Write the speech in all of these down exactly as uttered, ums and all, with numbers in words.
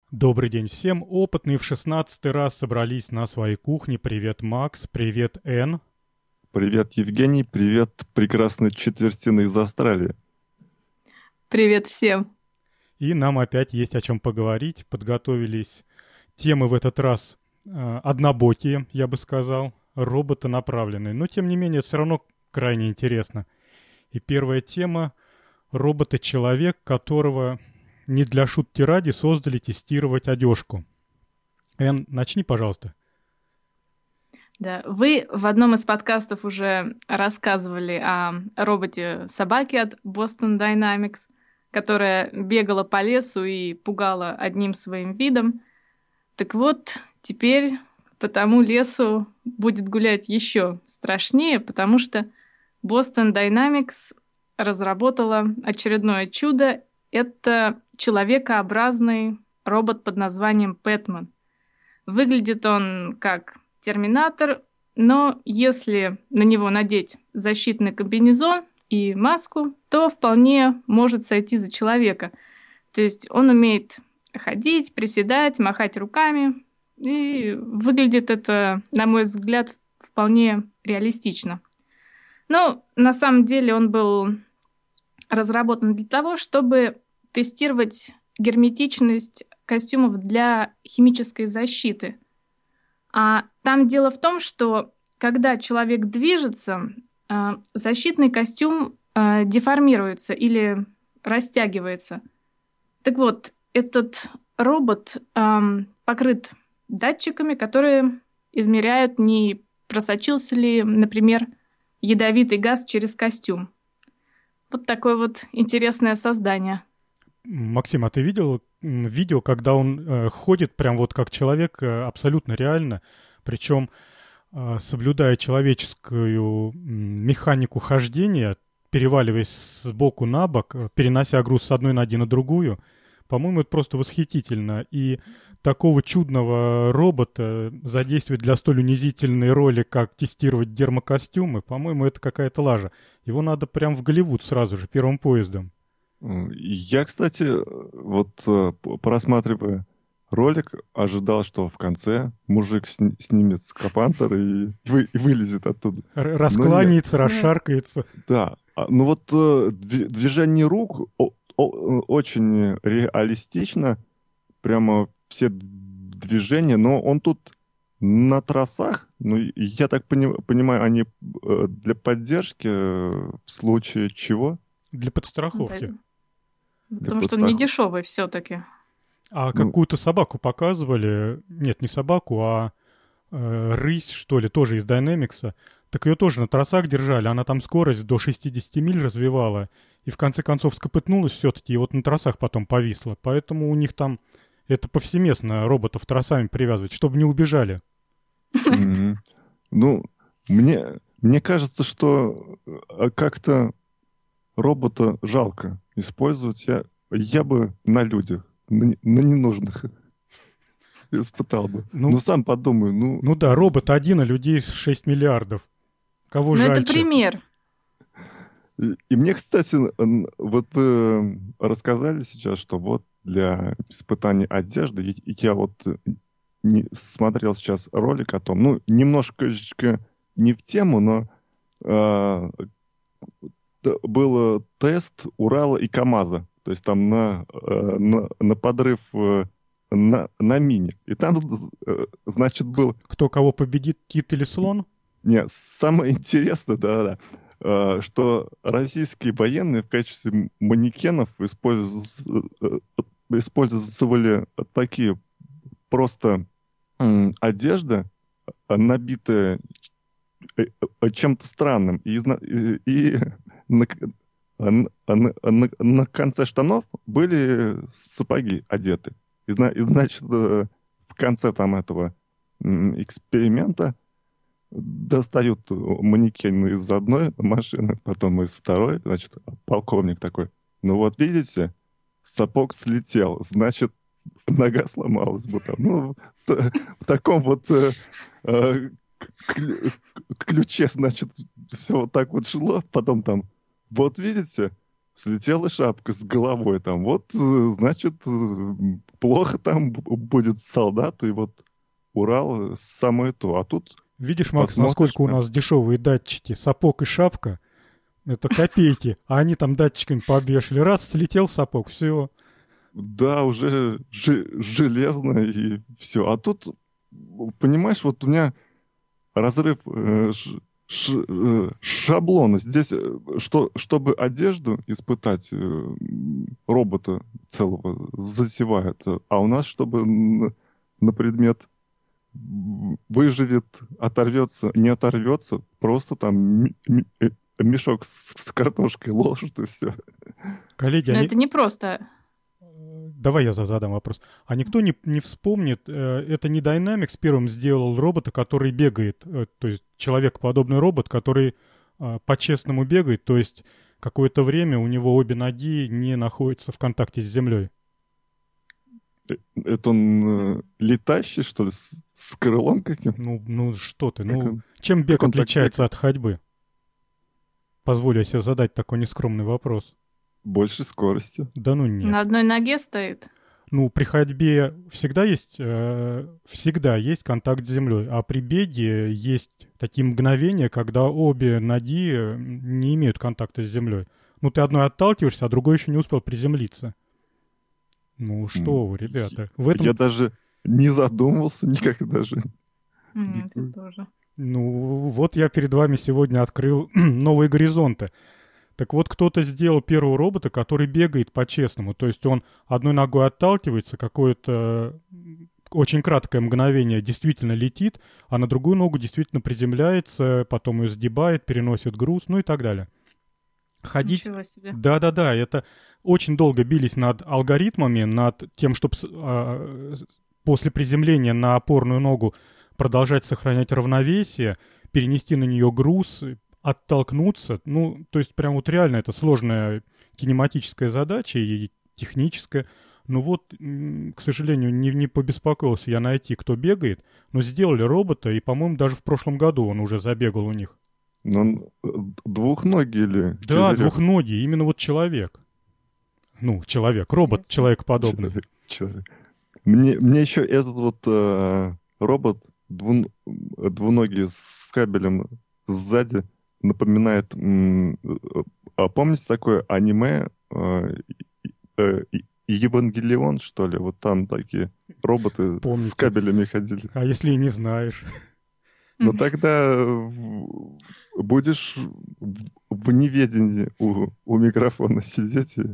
Добрый день всем. Опытные в шестнадцатый раз собрались на своей кухне. Привет, Макс. Привет, Энн. Привет, Евгений. Привет, прекрасные четвертины из Австралии. Привет всем. И нам опять есть о чем поговорить. Подготовились темы в этот раз э, однобокие, я бы сказал, роботонаправленные. Но, тем не менее, это все равно крайне интересно. И первая тема — робота-человек, которого не для шутки ради создали тестировать одежку. Энн, начни, пожалуйста. Да, вы в одном из подкастов уже рассказывали о роботе-собаке от Boston Dynamics, которая бегала по лесу и пугала одним своим видом. Так вот, теперь по тому лесу будет гулять еще страшнее, потому что Boston Dynamics разработала очередное чудо. Это человекообразный робот под названием Пэтмен. Выглядит он как терминатор, но если на него надеть защитный комбинезон и маску, то вполне может сойти за человека. То есть он умеет ходить, приседать, махать руками, и выглядит это, на мой взгляд, вполне реалистично. Но на самом деле он был разработан для того, чтобы тестировать герметичность костюмов для химической защиты. А там дело в том, что когда человек движется, защитный костюм деформируется или растягивается. Так вот, этот робот покрыт датчиками, которые измеряют, не просочился ли, например, ядовитый газ через костюм. Вот такое вот интересное создание. Максим, а ты видел видео, когда он э, ходит прям вот как человек, э, абсолютно реально, причем э, соблюдая человеческую э, механику хождения, переваливаясь с боку на бок, э, перенося груз с одной ноги на другую? По-моему, это просто восхитительно. И такого чудного робота задействовать для столь унизительной роли, как тестировать дермокостюмы, по-моему, это какая-то лажа. Его надо прям в Голливуд сразу же, первым поездом. Я, кстати, вот просматривая ролик, ожидал, что в конце мужик сни- снимет скафандр и, вы- и вылезет оттуда. Р- раскланяется, расшаркается. Да, а, ну вот э, дви- движение рук о- о- очень реалистично, прямо все движения, но он тут на трассах, ну, я так пони- понимаю, они э, для поддержки э, в случае чего? Для подстраховки. Да. Для Потому что он не дешевый все-таки. А Ну, какую-то собаку показывали, нет, не собаку, а э, рысь, что ли, тоже из Дайнэмикса. Так ее тоже на трассах держали, она там скорость до шестьдесят миль развивала, и в конце концов скопытнулась все-таки, и вот на трассах потом повисла. Поэтому у них там это повсеместно роботов трассами привязывать, чтобы не убежали. мгм. Ну, мне, мне кажется, что э, как-то робота жалко использовать. Я, я бы на людях, на, не- на ненужных испытал бы. Ну, Ну, сам подумаю, ну, ну да, робот один, а людей шесть миллиардов. Кого Но это жальче? пример. И, и мне, кстати, н- вот вы рассказали сейчас, что вот для испытания одежды, и- и я вот э, не, смотрел сейчас ролик о том, ну, немножко не в тему, но э, т- был тест Урала и КамАЗа, то есть там на, э, на, на подрыв э, на, на мине. И там, э, значит, был... Кто кого победит, кит или слон? Не, самое интересное, да-да-да, э, что российские военные в качестве м- манекенов использ- э, э, использовали такие просто м, одежда, э, набитая э, э, чем-то странным. И, изна- и- и на, к- на- на- на- на конце штанов были сапоги одеты. И, зна- и значит, э, в конце там этого м, эксперимента достают манекен из одной машины, потом из второй, значит, полковник такой. Ну вот видите, сапог слетел, значит, нога сломалась бы там. Ну, т- в таком вот э, э, клю- ключе, значит, все вот так вот шло. Потом там, вот видите, слетела шапка с головой там. Вот, э, значит, э, плохо там б- будет солдату, и вот Урал самое то. А тут Видишь, Макс, посмотришь насколько у прям. нас дешевые датчики. Сапог и шапка — это копейки. А они там датчиками пообвешали. Раз, слетел сапог, все. Да, уже жи- железно и все. А тут, понимаешь, вот у меня разрыв э, ш- ш- э, шаблона. Здесь, э, что, чтобы одежду испытать, э, м, робота целого засевают. А у нас, чтобы н- на предмет м, выживет, оторвется, не оторвется, просто там м- м- э, мешок с, с картошкой ложат и все. Коллеги, Но они... это не просто. Давай я за- задам вопрос. А никто не, не вспомнит, э, это не Dynamics первым сделал робота, который бегает, э, то есть человекоподобный робот, который э, по-честному бегает, то есть какое-то время у него обе ноги не находятся в контакте с землей. Это он э, летающий, что ли, с, с крылом каким? Ну, ну что ты, Как ну он- чем бег как он так отличается от ходьбы? Позволю себе задать такой нескромный вопрос. Больше скорости. Да ну нет. На одной ноге стоит. Ну, при ходьбе всегда есть, э, всегда есть контакт с землей, а при беге есть такие мгновения, когда обе ноги э, не имеют контакта с землей. Ну, ты одной отталкиваешься, а другой еще не успел приземлиться. Ну, что вы, ребята. В этом, Я даже не задумывался никогда даже. Нет, я тоже. ну, вот я перед вами сегодня открыл новые горизонты. Так вот, кто-то сделал первого робота, который бегает по-честному. То есть он одной ногой отталкивается, какое-то очень краткое мгновение действительно летит, а на другую ногу действительно приземляется, потом ее сгибает, переносит груз, ну и так далее. Ходить... Ничего себе. Да-да-да, это очень долго бились над алгоритмами, над тем, чтобы после приземления на опорную ногу продолжать сохранять равновесие, перенести на нее груз, оттолкнуться. Ну, то есть прям вот реально это сложная кинематическая задача и техническая. Ну вот, м, к сожалению, не, не побеспокоился я найти, кто бегает, но сделали робота, и, по-моему, даже в прошлом году он уже забегал у них. Но он э, двухногий или Да, четырех- двухногий, именно вот человек. Ну, человек, робот, Интересно. человекоподобный. человек, человек. Мне, мне еще этот вот э, робот двун- двуногий с кабелем сзади напоминает... м, э, а помните такое аниме э, э, э, Евангелион, что ли? Вот там такие роботы с Помните. кабелями ходили. А если и не знаешь? Но тогда в- будешь в, в неведении у, у микрофона сидеть и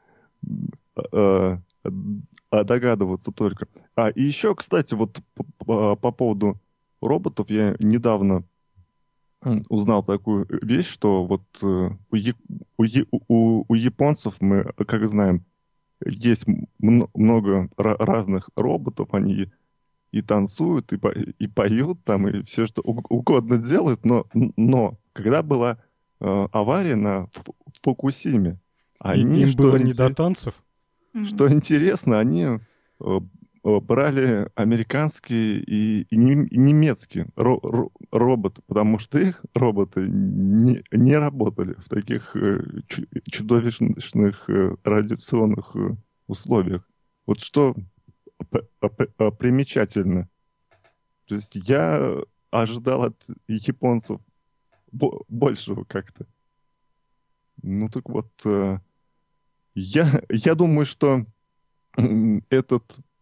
а, а, догадываться только. А, и еще, кстати, вот по, по- по поводу роботов я недавно м, узнал такую вещь, что вот э, у, я- у, я- у- у японцев, мы, как знаем, есть м- много ра- разных роботов, они и танцуют, и, по- и поют там, и все что уг- угодно делают, но, но когда была э, авария на Фу- Фукусиме, И- они, Им что, было не до интер- танцев? Мгм. что интересно, они э, э, брали американские и, и не- и немецкие ро- ро- роботы, потому что их роботы не, не работали в таких э, чу- чудовищных э, радиационных э, условиях. Вот что п- п- п- примечательно. То есть я ожидал от японцев бо- большего как-то. Ну так вот, э, я, я думаю, что м, этот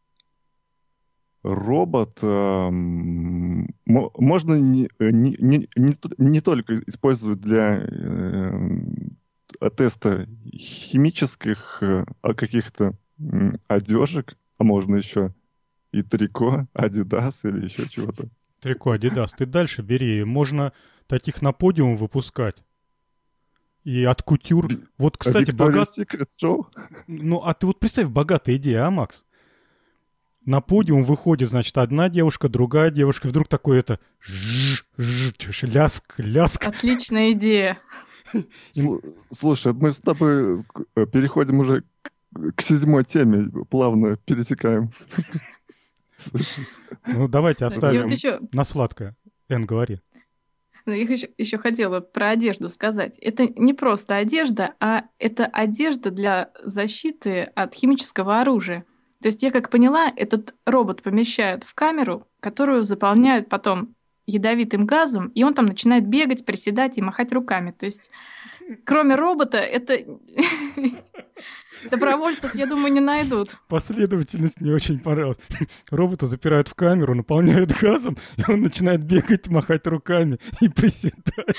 робот эм, мо- можно не, не, не, не т- не только использовать для эм, теста химических э, а каких-то м, одежек, а можно еще и трико, Adidas или еще чего-то. Трико, Adidas, ты дальше бери. Можно таких на подиум выпускать. И от кутюр. Ви- Вот, кстати, Victoria's богат... Secret Show? Ну, а ты вот представь, богатая идея, а, Макс? На подиум выходит, значит, одна девушка, другая девушка, и вдруг такое это жж, жж, чё, ляск, ляск. Отличная идея. Слу- Слушай, мы с тобой э, переходим уже к- к седьмой теме, плавно перетекаем. Слушай, Ну, давайте Так, и оставим вот еще на сладкое. Эн, говори. Я еще, еще хотела про одежду сказать. Это не просто одежда, а это одежда для защиты от химического оружия. То есть я как поняла, этот робот помещают в камеру, которую заполняют потом ядовитым газом, и он там начинает бегать, приседать и махать руками. То есть кроме робота это добровольцев, я думаю, не найдут. Последовательность мне очень понравилась. Робота запирают в камеру, наполняют газом, и он начинает бегать, махать руками и приседать.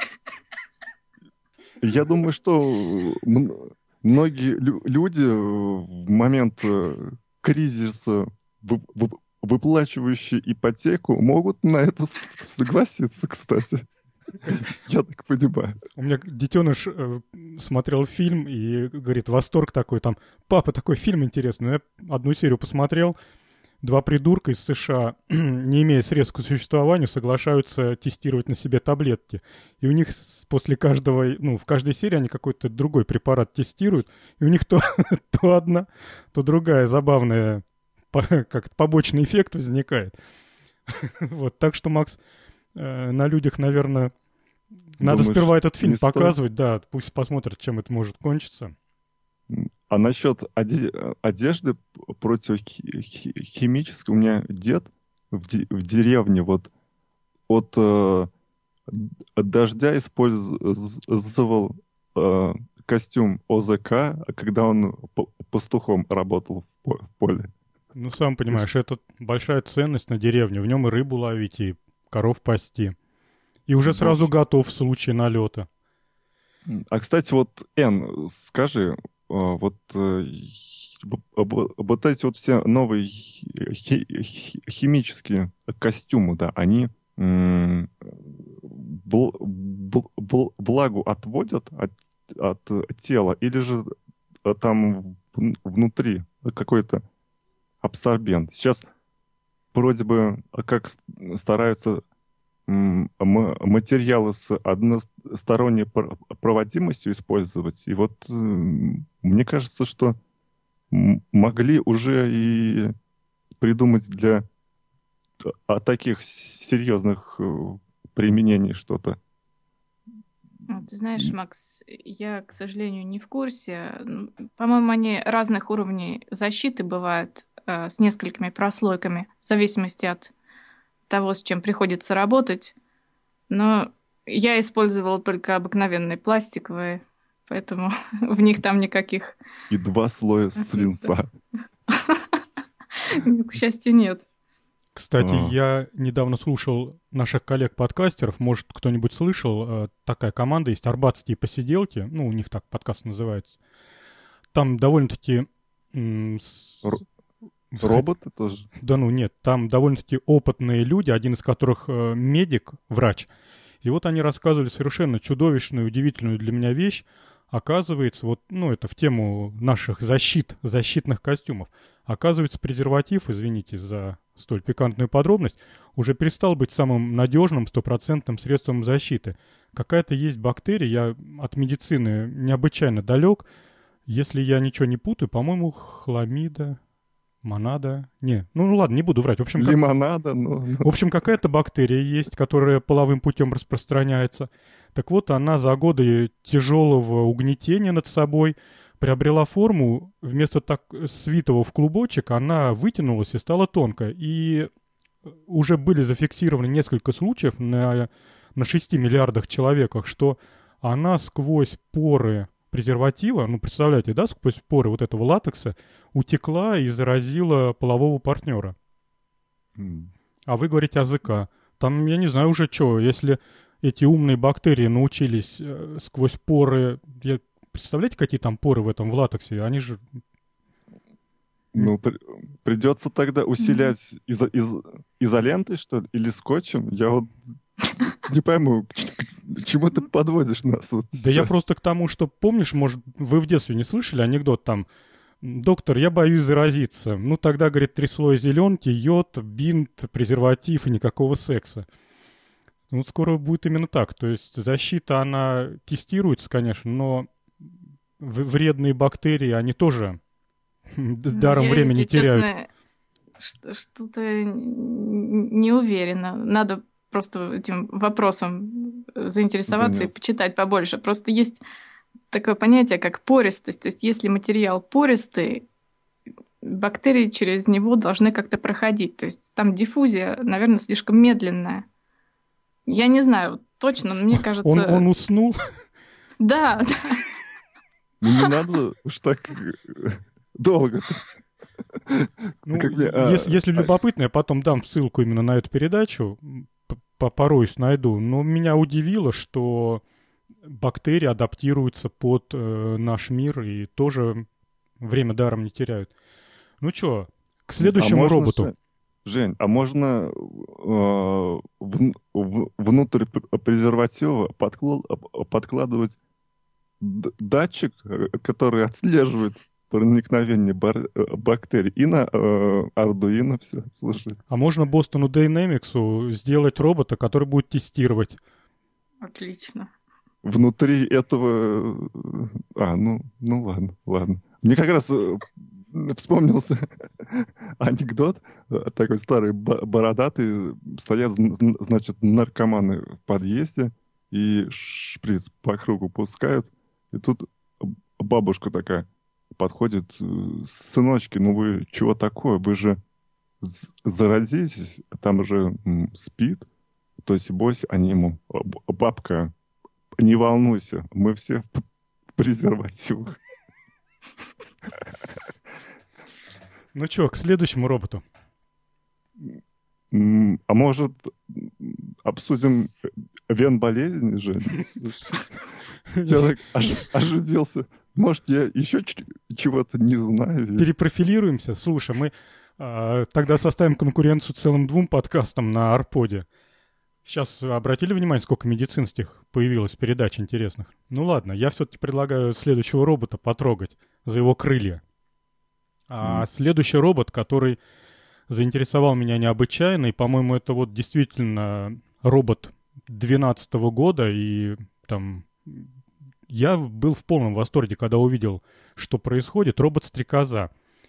Я думаю, что многие люди в момент кризиса, выплачивающие ипотеку, могут на это согласиться, кстати. Я так понимаю. У меня детеныш э, смотрел фильм и говорит, восторг такой, там, папа, такой фильм интересный. Я одну серию посмотрел, два придурка из США, не имея средств к существованию, соглашаются тестировать на себе таблетки. И у них после каждого, ну, в каждой серии они какой-то другой препарат тестируют, и у них то, то одна, то другая забавная, как побочный эффект возникает. Вот, так что, Макс, на людях, наверное, надо Думаешь, сперва этот фильм показывать, стоит? Да, пусть посмотрят, чем это может кончиться. А насчет оде- одежды противохимической, у меня дед в, де- в деревне вот от э, дождя использовал э, костюм ОЗК, когда он пастухом работал в, по- в поле. Ну, сам понимаешь, это большая ценность на деревне. В нем и рыбу ловить, и коров пасти. И уже сразу готов в случае налета. А, кстати, вот, Эн, скажи, вот, вот эти вот все новые химические костюмы, да, они влагу отводят от, от тела, или же там внутри какой-то абсорбент? Сейчас вроде бы как стараются материалы с односторонней проводимостью использовать. И вот мне кажется, что могли уже и придумать для таких серьезных применений что-то. Ты знаешь, Макс, я, к сожалению, не в курсе. По-моему, они разных уровней защиты бывают, с несколькими прослойками, в зависимости от того, с чем приходится работать. Но я использовала только обыкновенные пластиковые, поэтому в них там никаких... И два слоя свинца. К счастью, нет. Кстати, я недавно слушал наших коллег-подкастеров, может, кто-нибудь слышал, такая команда есть, «Арбатские посиделки», ну, у них так подкаст называется. Там довольно-таки... Роботы тоже? Да ну нет, там довольно-таки опытные люди, один из которых э, медик, врач. И вот они рассказывали совершенно чудовищную, удивительную для меня вещь. Оказывается, вот, ну это в тему наших защит, защитных костюмов. Оказывается, презерватив, извините за столь пикантную подробность, уже перестал быть самым надежным, стопроцентным средством защиты. Какая-то есть бактерия, я от медицины необычайно далек. Если я ничего не путаю, по-моему, хламида... Монада. Не, ну, ну ладно, не буду врать. В общем, Лимонада, как... ну, ну. В общем, какая-то бактерия есть, которая половым путем распространяется. Так вот, она за годы тяжелого угнетения над собой приобрела форму, вместо так свитого в клубочек, она вытянулась и стала тонкой. И уже были зафиксированы несколько случаев на, на шести миллиардах человеках, что она сквозь поры презерватива, ну, представляете, да, сквозь поры вот этого латекса утекла и заразила полового партнера. Mm. А вы говорите АЗК. Там, я не знаю уже что, если эти умные бактерии научились э, сквозь поры... Я, представляете, какие там поры в этом в латексе? Они же... Ну, при, придется тогда усилять mm-hmm. изо, из, изолентой, что ли, или скотчем. Я вот не пойму, к чему ты подводишь нас вот Да сейчас. Я просто к тому, что, помнишь, может, вы в детстве не слышали анекдот там, доктор, я боюсь заразиться. Ну, тогда, говорит, три слоя зеленки, йод, бинт, презерватив и никакого секса. Ну, скоро будет именно так. То есть защита, она тестируется, конечно, но вредные бактерии, они тоже даром я, времени если теряют. Честно, что-то не уверена. Надо просто этим вопросом заинтересоваться Заняться. и почитать побольше. Просто есть такое понятие, как пористость. То есть если материал пористый, бактерии через него должны как-то проходить. То есть там диффузия, наверное, слишком медленная. Я не знаю точно, но мне кажется... Он, он уснул? Да, да. Ну, не надо уж так долго-то. Ну, Как мне, а, если, если а- любопытно, я потом дам ссылку именно на эту передачу, п- попороюсь, найду. Но меня удивило, что бактерии адаптируются под э, наш мир и тоже время даром не теряют. Ну что, к а следующему можно, роботу. Жень, Жень, а можно э, вн- в- внутрь п- презерватива подкла- подкладывать д- датчик, э, который отслеживает проникновение бар- э, бактерий, и на э, Arduino все, слушай. А можно Бостону Dynamics сделать робота, который будет тестировать. Отлично. Внутри этого... э, А, ну, ну ладно, ладно. Мне как раз э, вспомнился анекдот. э, Такой старый ба- бородатый. Стоят, зн- зн- значит, наркоманы в подъезде и шприц по кругу пускают. И тут бабушка такая подходит. э, Сыночки, ну вы чего такое? Вы же з- заразитесь, там же м, спит. То есть, бойся, они ему... «Б- Бабка, не волнуйся, мы все в п- в презервативах». Ну что, к следующему роботу. М, А может, м, обсудим вен-болезнь же? Слушай, я так ож- оживился. Может, я еще ч- чего-то не знаю. Перепрофилируемся. Слушай, мы а, тогда составим конкуренцию целым двум подкастам на Арподе. Сейчас обратили внимание, сколько медицинских появилось передач интересных? Ну ладно, я все-таки предлагаю следующего робота потрогать за его крылья. А М. следующий робот, который заинтересовал меня необычайно, и, по-моему, это вот действительно робот двенадцатого года, и там я был в полном восторге, когда увидел, что происходит. Робот-стрекоза.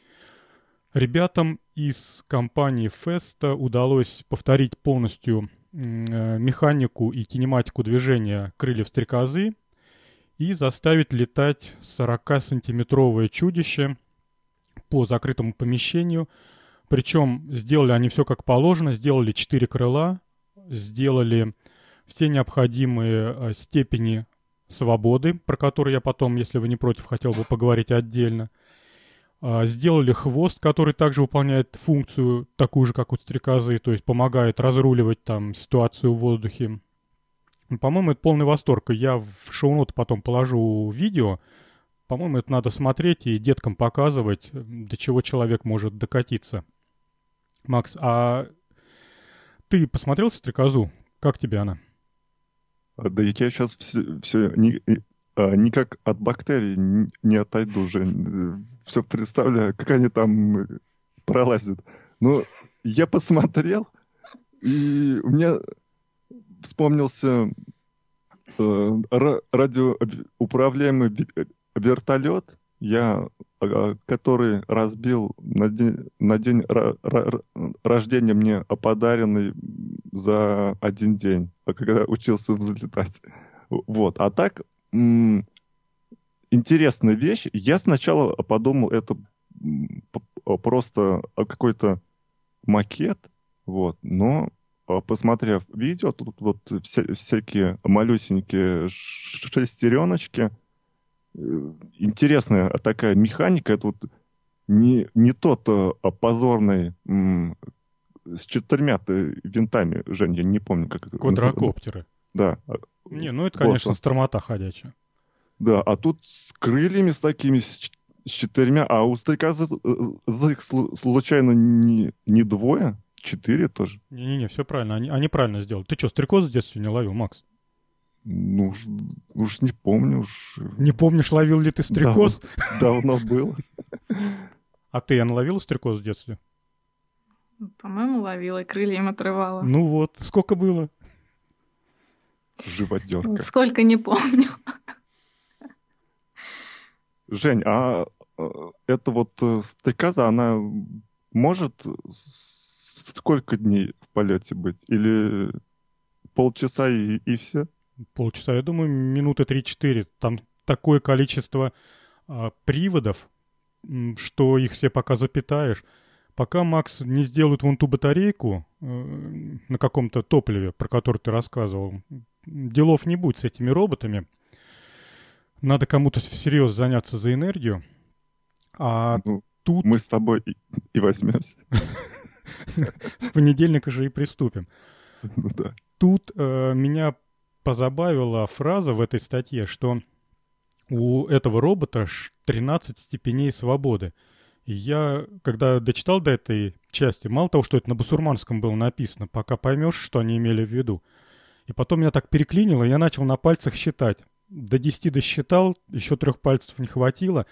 Ребятам из компании Феста удалось повторить полностью м, э, механику и кинематику движения крыльев стрекозы и заставить летать сорокасантиметровое чудище по закрытому помещению. Причем сделали они все как положено, сделали четыре крыла, сделали все необходимые э, степени свободы, про которые я потом, если вы не против, хотел бы поговорить отдельно. А, Сделали хвост, который также выполняет функцию такую же, как у стрекозы, то есть помогает разруливать там ситуацию в воздухе. Ну, По-моему, это полный восторг. И я в шоу-ноты потом положу видео. По-моему, это надо смотреть и деткам показывать, э, до чего человек может докатиться. Макс, а ты посмотрел «Стрекозу»? Как тебе она? А, Да я сейчас все, все никак от бактерий н- не отойду, Жень. Все представляю, как они там э, пролазят. Но я посмотрел, и у меня вспомнился э, ра- радиоуправляемый ви- э, вертолет, я, э, который разбил на день, на день ра- ра- рождения мне подаренный за один день, а когда учился взлетать. Вот. А так, м, интересная вещь. Я сначала подумал, это м, п- просто какой-то макет, вот, но а, посмотрев видео, тут вот вся- всякие малюсенькие ш- шестереночки, э, интересная такая механика, это вот не, не тот а, позорный м, с четырьмя винтами, Жень, я не помню, как это называется. Квадрокоптеры. Да. Не, ну это, Вот конечно, он. стромота ходячая. Да, а тут с крыльями, с такими, с, ч- с четырьмя, а у стрекозы э, за их слу- случайно не, не двое, четыре тоже. Не-не-не, все правильно, они, они правильно сделали. Ты что, стрекоза в детстве не ловил, Макс? Ну, уж, уж не помню, уж Не помнишь, ловил ли ты стрекоз? дав- давно было. А ты, Яна, ловила стрекоз в детстве? По-моему, ловила и крылья им отрывала. Ну вот, сколько было? Живодерка. Сколько не помню. Жень, а э, это вот э, стрекоза, она может с- сколько дней в полете быть? Или полчаса и, и все? Полчаса, я думаю, минуты три-четыре. Там такое количество а, приводов, м, что их все пока запитаешь. Пока, Макс, не сделают вон ту батарейку э, на каком-то топливе, про который ты рассказывал, делов не будет с этими роботами. Надо кому-то всерьез заняться за энергию. А Ну, тут... мы с тобой и, и возьмемся. С понедельника же и приступим. Ну да. Тут э, меня позабавила фраза в этой статье, что у этого робота тринадцать степеней свободы. И я, когда дочитал до этой части, мало того, что это на басурманском было написано, пока поймешь, что они имели в виду. И потом меня так переклинило, я начал на пальцах считать. До десяти досчитал, еще трех пальцев не хватило.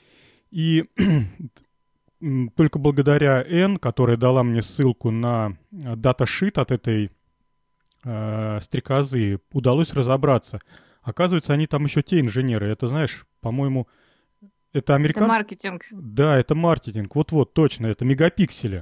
И только благодаря Н, которая дала мне ссылку на даташит от этой э, стрекозы, удалось разобраться. Оказывается, они там еще те инженеры. Это, знаешь, по-моему... Это американ... Это маркетинг. Да, это маркетинг. Вот-вот, точно, это мегапиксели.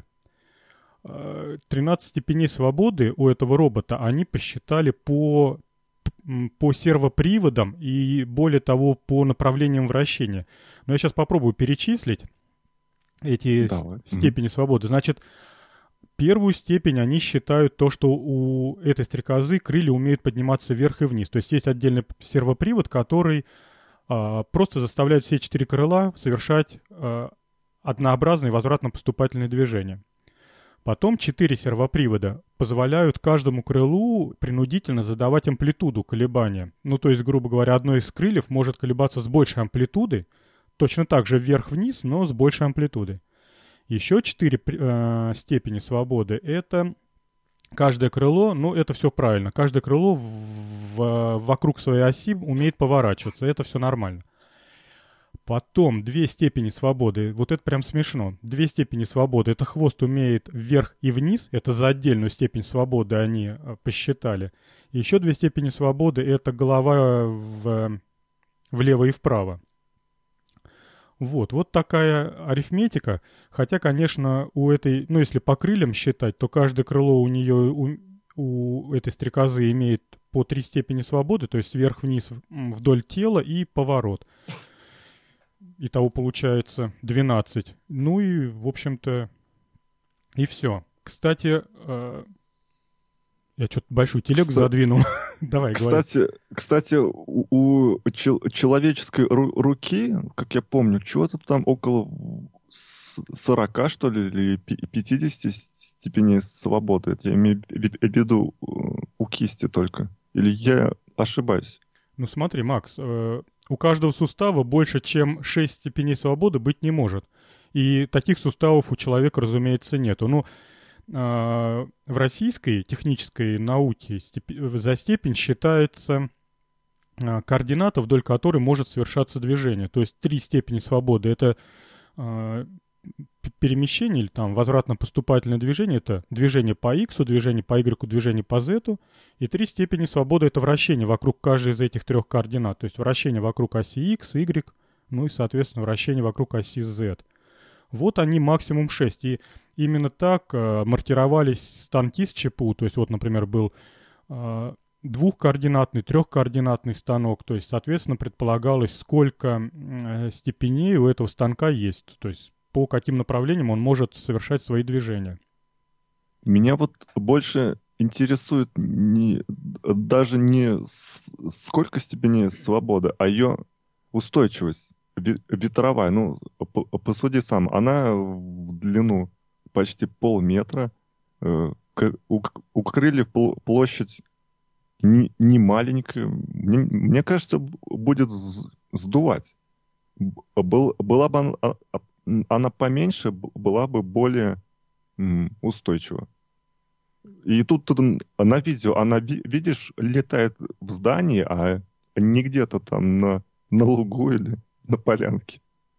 тринадцать степеней свободы у этого робота они посчитали по, по сервоприводам и, более того, по направлениям вращения. Но я сейчас попробую перечислить эти Давай. степени mm-hmm. свободы. Значит, первую степень они считают то, что у этой стрекозы крылья умеют подниматься вверх и вниз. То есть есть отдельный сервопривод, который... просто заставляет все четыре крыла совершать э, однообразные возвратно-поступательные движения. Потом четыре сервопривода позволяют каждому крылу принудительно задавать амплитуду колебания. Ну, то есть, грубо говоря, одно из крыльев может колебаться с большей амплитудой, точно так же вверх-вниз, но с большей амплитудой. Еще четыре э, степени свободы — это... Каждое крыло, ну, это все правильно. Каждое крыло в, в, вокруг своей оси умеет поворачиваться. Это все нормально. Потом две степени свободы. Вот это прям смешно. Две степени свободы. Это хвост умеет вверх и вниз. Это за отдельную степень свободы они посчитали. И еще две степени свободы. Это голова в, влево и вправо. Вот, вот такая арифметика. Хотя, конечно, у этой, ну, если по крыльям считать, то каждое крыло у нее, у, у этой стрекозы имеет по три степени свободы, то есть вверх-вниз вдоль тела и поворот. Итого получается двенадцать. Ну и, в общем-то, и все. Кстати, э, я что-то большую телегу Кстати, задвинул. Давай, кстати, говори. Кстати, у, у чел- человеческой ру- руки, как я помню, чего-то там около сорока, что ли, или пятидесяти степеней свободы. Это я имею в виду у кисти только. Или я ошибаюсь? Ну смотри, Макс, э, у каждого сустава больше, чем шесть степеней свободы быть не может. И таких суставов у человека, разумеется, нету. Ну, в российской технической науке за степень считается координата, вдоль которой может совершаться движение. То есть три степени свободы — это перемещение или там возвратно-поступательное движение, это движение по x, движение по y, движение по z, и три степени свободы — это вращение вокруг каждой из этих трех координат. То есть вращение вокруг оси x, y, ну и, соответственно, вращение вокруг оси z. Вот они максимум шесть. И именно так э, маркировались станки с ЧПУ. То есть вот, например, был э, двухкоординатный, трехкоординатный станок. То есть, соответственно, предполагалось, сколько э, степеней у этого станка есть. То есть по каким направлениям он может совершать свои движения. Меня вот больше интересует не, даже не с, сколько степеней свободы, а ее устойчивость. Ветровая, ну, посуди сам, она в длину почти полметра, у, у крыльев площадь не, не маленькая, мне, мне кажется, будет сдувать. Был, была бы она, она поменьше, была бы более устойчива. И тут, тут на видео она, видишь, летает в здании, а не где-то там на, на лугу или на полянке.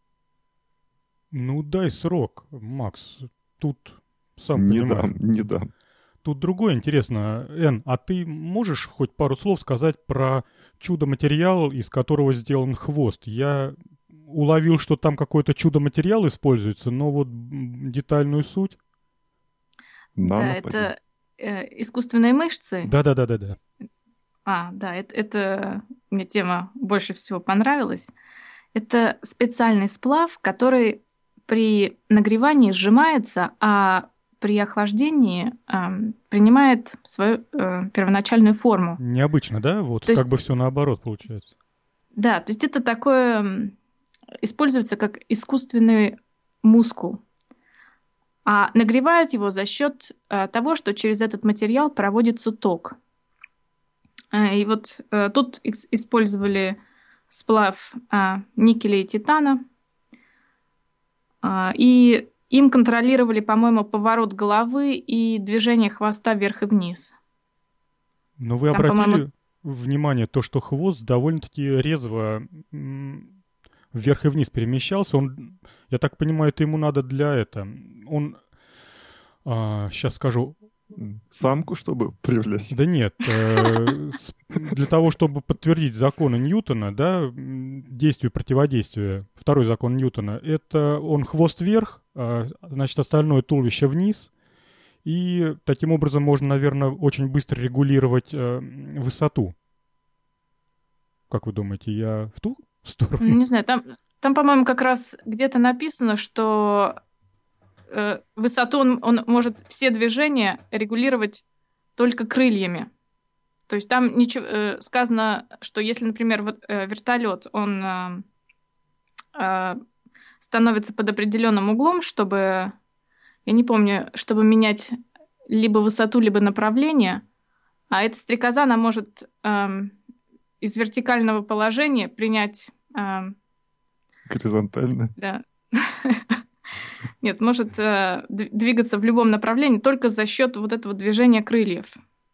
Ну, дай срок, Макс. Тут, сам не понимаешь. дам, не дам. Тут другое интересно. Эн, а ты можешь хоть пару слов сказать про чудо-материал, из которого сделан хвост? Я уловил, что там какой-то чудо-материал используется, но вот детальную суть... Да, это, э, искусственные мышцы. Да-да-да-да-да. А, да, это, это мне тема больше всего понравилась. Это специальный сплав, который при нагревании сжимается, а при охлаждении э, принимает свою э, первоначальную форму. Необычно, да? Вот То как есть, бы все наоборот получается. да, то есть это такое используется как искусственный мускул. А нагревают его за счет э, того, что через этот материал проводится ток. Э, и вот э, тут ис- использовали сплав э, никеля и титана. Э, и им контролировали, по-моему, поворот головы и движение хвоста вверх и вниз. Но вы Там, обратили по-моему, внимание, то, что хвост довольно-таки резво м, вверх и вниз перемещался. Он, я так понимаю, это ему надо для этого. Он, а, сейчас скажу, Самку, чтобы привлечь? да нет, э, с- для того, чтобы подтвердить законы Ньютона, да, м, действие и противодействие, второй закон Ньютона, это он хвост вверх, а, значит, остальное туловище вниз, и таким образом можно, наверное, очень быстро регулировать э, высоту. Как вы думаете, я в ту сторону? не знаю, там, там по-моему, как раз где-то написано, что э, высоту он, он может все движения регулировать только крыльями. То есть там ничего, э, сказано, что если, например, вот, э, вертолет, он э, э, становится под определенным углом, чтобы, я не помню, чтобы менять либо высоту, либо направление, а эта стрекоза, она может эм, из вертикального положения принять... эм, Горизонтально. да, нет, может э, д- двигаться в любом направлении только за счет вот этого движения крыльев.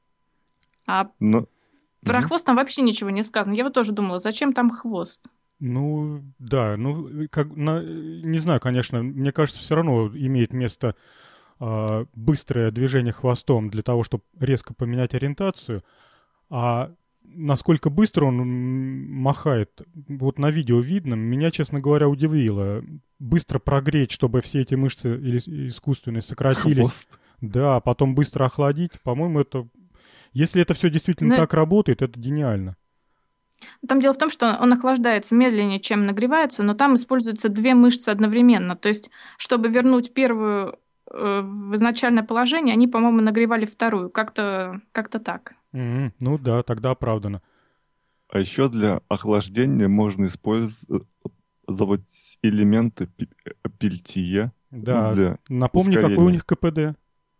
А Но... про Мгм. хвост там вообще ничего не сказано. Я вот тоже думала, зачем там хвост? Ну, да, ну, как, на- не знаю, конечно, мне кажется, все равно имеет место а, быстрое движение хвостом для того, чтобы резко поменять ориентацию, а насколько быстро он м, махает, вот на видео видно, меня, честно говоря, удивило. Быстро прогреть, чтобы все эти мышцы или- искусственные сократились, Хвост. да, а потом быстро охладить, по-моему, это... Если это все действительно Ну, так работает, это гениально. там дело в том, что он охлаждается медленнее, чем нагревается, но там используются две мышцы одновременно. То есть, чтобы вернуть первую э, в изначальное положение, они, по-моему, нагревали вторую. Как-то как-то так. М, Ну да, тогда оправдано. А еще для охлаждения можно использовать элементы пи- пельтье. Ну, Да, для напомни, какой у ускорения. них КПД.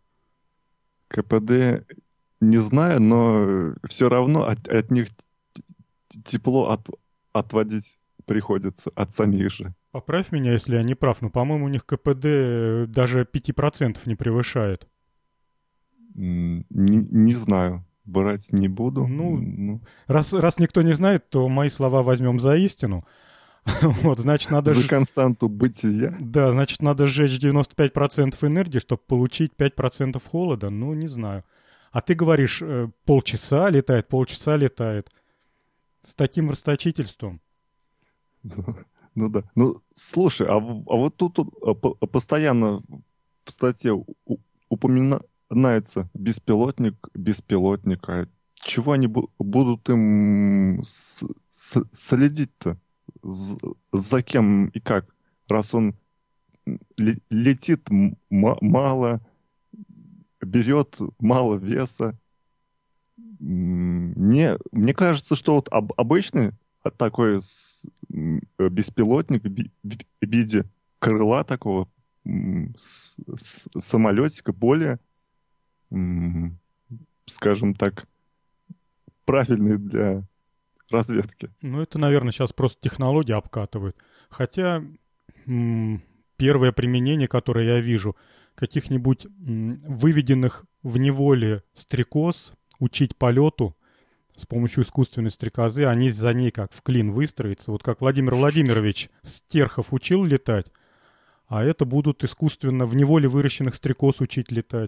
КПД не знаю, но все равно от, от них т- тепло от, отводить приходится от самих же. Поправь меня, если я не прав, но, по-моему, у них КПД даже пять процентов не превышает. М, Не, не знаю, врать не буду. Ну, Ну, раз, раз никто не знает, то мои слова возьмем за истину. Вот, значит, надо... за ж- константу бытия. Да, значит, надо сжечь девяносто пять процентов энергии, чтобы получить пять процентов холода. Ну, не знаю. А ты говоришь, э, полчаса летает, полчаса летает. С таким расточительством. Ну, ну да. Ну, слушай, а, в- а вот тут, тут, а, по- а, постоянно в статье у- у- упоминается беспилотник, беспилотник. А чего они бу- будут им с- с- следить-то? З- За кем и как? Раз он ле- летит м- ма- мало, берет мало веса. М, Мне, мне кажется, что вот об- обычный а такой с- м, э, беспилотник в ви- в виде крыла такого м, с- с- самолетика более, м, скажем так, правильный для разведки. Ну, это, наверное, сейчас просто технологии обкатывают. Хотя м, первое применение, которое я вижу, каких-нибудь м, выведенных в неволе стрекоз учить полету с помощью искусственной стрекозы, они за ней как в клин выстроятся. Вот как Владимир Владимирович Стерхов учил летать, а это будут искусственно в неволе выращенных стрекоз учить летать.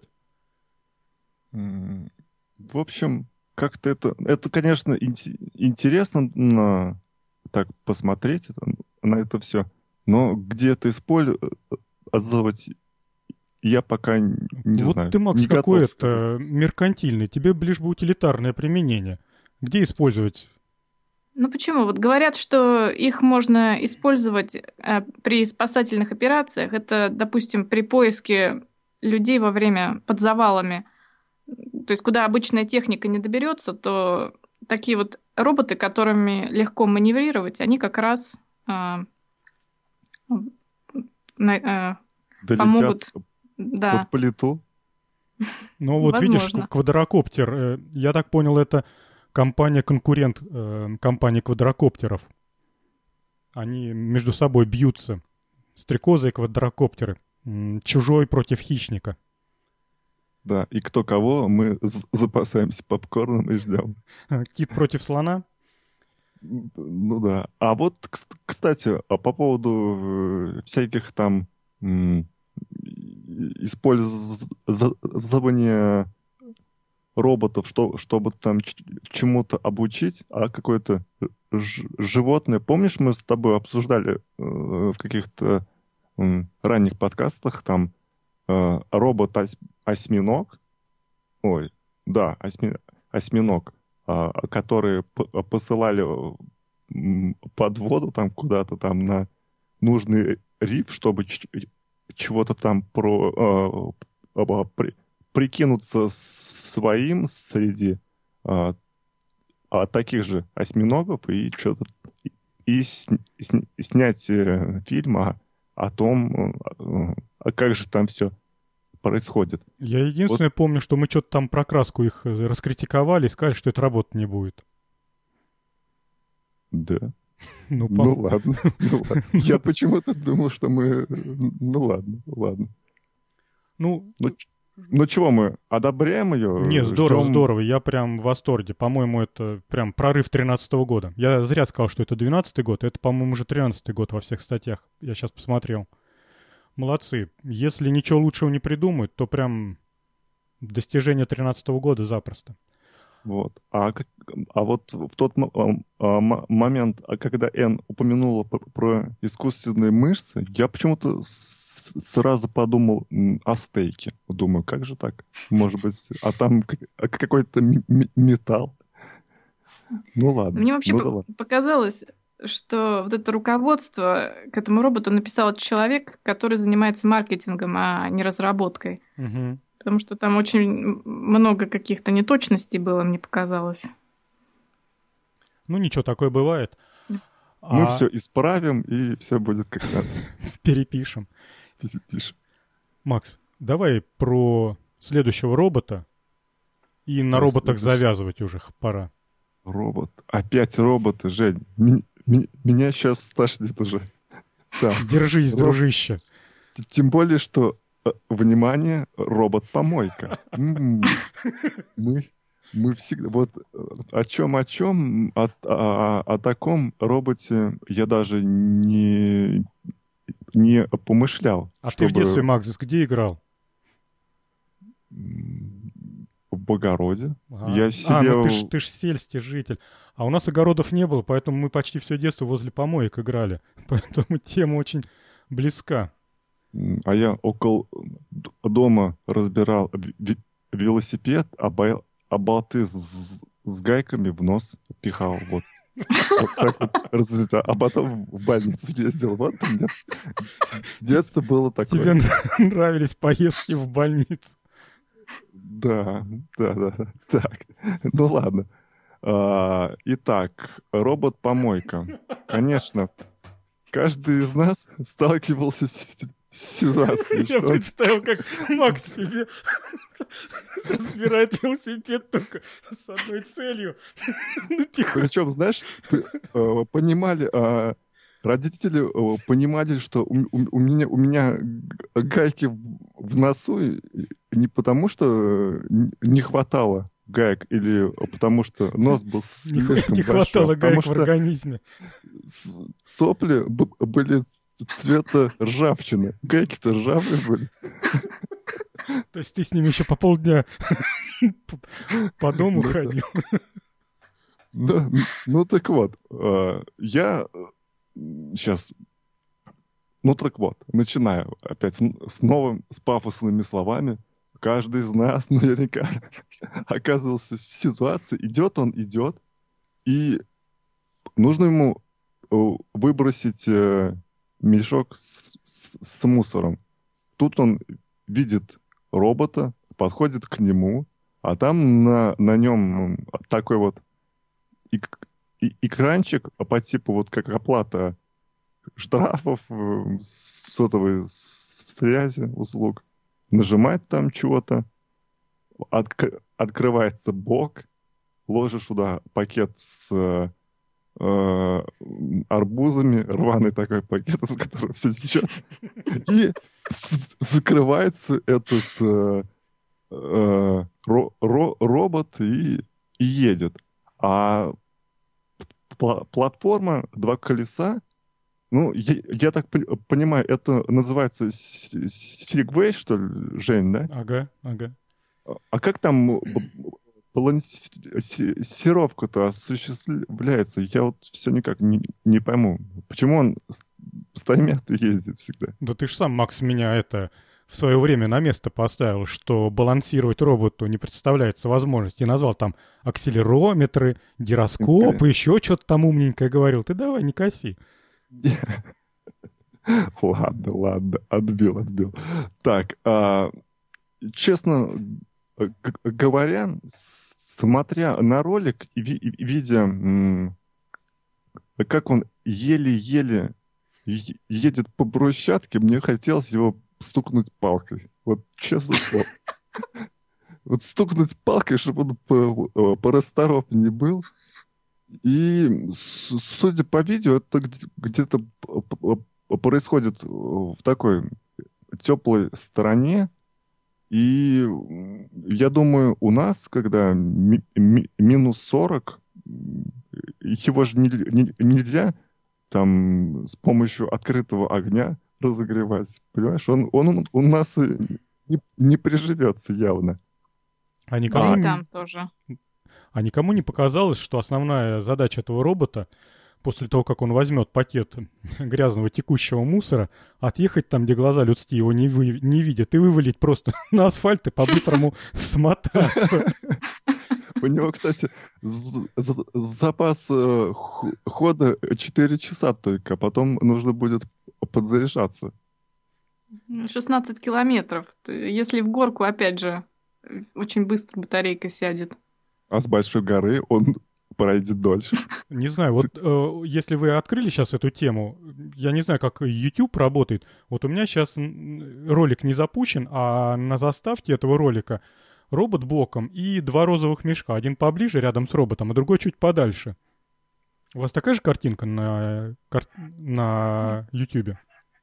М, В общем, как-то это, это, конечно, инте- интересно на, так посмотреть это- на это все, но где-то использовать я пока не вот знаю. Ты, Макс, не какой готов сказать. это меркантильный. Тебе лишь бы утилитарное применение. Где использовать? Ну почему? Вот говорят, что их можно использовать э, при спасательных операциях. Это, допустим, при поиске людей во время под завалами. То есть, куда обычная техника не доберется, то такие вот роботы, которыми легко маневрировать, они как раз э, на, э, Долетят помогут. Да. под плиту. Ну вот Возможно. видишь, квадрокоптер, э, я так понял, это компания-конкурент э, компании квадрокоптеров. Они между собой бьются. Стрекозы и квадрокоптеры. М, Чужой против хищника. Да, и кто кого, мы з- запасаемся попкорном и ждем. Э, Кит против слона. Ну да. А вот, кс- кстати, а по поводу э, всяких там м, и- использования роботов, что, чтобы там ч- чему-то обучить, а какое-то ж- животное. Помнишь, мы с тобой обсуждали э, в каких-то м, ранних подкастах там э, робот-осьминог, ой, да, осьми- осьминог, а, которые п- посылали м, под воду там куда-то там на нужный риф, чтобы ч- чего-то там про, э, об- при- прикинуться своим среди а, а, таких же осьминогов и что-то и сня- сня- снять э, фильм о, о том, э, а как же там все происходит. Я единственное помню, что мы что-то там про краску их э, раскритиковали и сказали, что это работать не будет. Да. Ну, по- Ну ладно. ну ладно. Я почему-то думал, что мы... Ну ладно, ладно. ну, Ну, ч- ну чего, мы одобряем ее? не, здорово, Ждем- здорово. Я прям в восторге. По-моему, это прям прорыв тринадцатого года. Я зря сказал, что это двенадцатый год. Это, по-моему, уже тринадцатый год во всех статьях. Я сейчас посмотрел. Молодцы. Если ничего лучшего не придумают, то прям достижение тринадцатого года запросто. Вот. А, как- а вот в тот мо- ам- а, м- момент, а когда Энн упомянула п- про искусственные мышцы, я почему-то с- сразу подумал м, о стейке. Думаю, как же так? Может быть, а там к- а какой-то м- м- металл. Ну ладно. Мне вообще ну, по- да ладно. показалось, что вот это руководство к этому роботу написал человек, который занимается маркетингом, а не разработкой. Мгм. Потому что там очень м- много каких-то неточностей было, мне показалось. Ну, ничего, такое бывает. Мы А все исправим, и все будет как надо. перепишем. Пишем. Макс, давай про следующего робота. И на Про роботах следующего. завязывать уже х- пора. Робот. Опять роботы, Жень. Ми- ми- Меня сейчас стошнит уже. Так. Держись, Роб- дружище. Т- Тем более, что, э, внимание, робот-помойка. М, Мы, мы всегда... Вот э, о чем, о чем, о, о- о таком роботе я даже не, не помышлял. А ты в чтобы, детстве, Макс, где играл? м, в Богороде. А, Я а, себе... ну ты ж, ты ж сельский житель. А у нас огородов не было, поэтому мы почти все детство возле помоек играли. Поэтому тема очень близка. м, А я около д- дома разбирал ви- ви- велосипед, а, бо- а болты с, с гайками в нос пихал. Вот. Вот так вот разлетал. А потом в больницу ездил. Вот у меня детство было такое. Тебе нра- нравились поездки в больницу. Да, да, да. Так, ну ладно. А, Итак, робот-помойка. Конечно, каждый из нас сталкивался с с ситуацией, Я что представил, как Макс себе разбирает велосипед только с одной целью. Ну, тихо. причем, знаешь, п- э, понимали, а, родители э, понимали, что у, у- у меня, у меня г- гайки в в носу и- и не потому, что э, н- не хватало гаек, или потому что нос был Не хва- слишком не большой, хватало а потому гаек в что организме. с- сопли б- были ц- цвета ржавчины. Гайки-то ржавые были. То есть ты с ними еще по полдня по дому Ну да. ходил. Да, м, ну так вот, э, я сейчас Ну так вот, начинаю опять с, с новым, с пафосными словами. Каждый из нас наверняка оказывался в ситуации. Идет он, идет, и нужно ему э, выбросить э, мешок с, с- с мусором. Тут он видит робота, подходит к нему, а там на, на нем такой вот эк- и- экранчик по типу вот как оплата штрафов, э, сотовой связи, услуг. Нажимать там чего-то, отк- открывается бок, ложишь туда пакет с э, э, арбузами, рваный такой пакет, из которого все течет, и с- закрывается этот э, э, ро- ро- робот и, и едет. А пла- платформа, два колеса, ну, я, я так пон- понимаю, это называется с- Segway, что ли, Жень, да? Ага, ага. А а как там б- б- балансировка-то осуществляется? Я вот все никак не, не пойму. Почему он с стаймя-то ездит всегда? Да ты ж сам, Макс, меня это в свое время на место поставил, что балансировать роботу не представляется возможности. И назвал там акселерометры, гироскопы, еще что-то там умненькое говорил. Ты давай, не коси. Ладно, ладно, отбил, отбил. Так, а, честно г- говоря, смотря на ролик и, ви- и видя, м, как он еле-еле е- едет по брусчатке, мне хотелось его стукнуть палкой. Вот честно слово. Вот стукнуть палкой, чтобы он по- э, порасторопнее был. И с- судя по видео, это где- где-то п- п- происходит в такой теплой стороне. И м, я думаю, у нас, когда ми- ми- минус сорок, м, его же не- не- нельзя там с помощью открытого огня разогревать. Понимаешь, он, он у нас и не, не приживется явно. А Да никому, и не- там тоже. а никому не показалось, что основная задача этого робота после того, как он возьмет пакет грязного текущего мусора, отъехать там, где глаза людские его не, вы- не видят, и вывалить просто на асфальт и по-быстрому смотаться. У него, кстати, з- з- запас э, х- хода четыре часа только, а потом нужно будет подзаряжаться. шестнадцать километров. Т- Если в горку, опять же, э, очень быстро батарейка сядет. А с большой горы он пройдет дольше. Не знаю, вот э, если вы открыли сейчас эту тему, я не знаю, как YouTube работает. Вот у меня сейчас ролик не запущен, а на заставке этого ролика робот боком и два розовых мешка. Один поближе, рядом с роботом, а другой чуть подальше. У вас такая же картинка на, кар- на YouTube?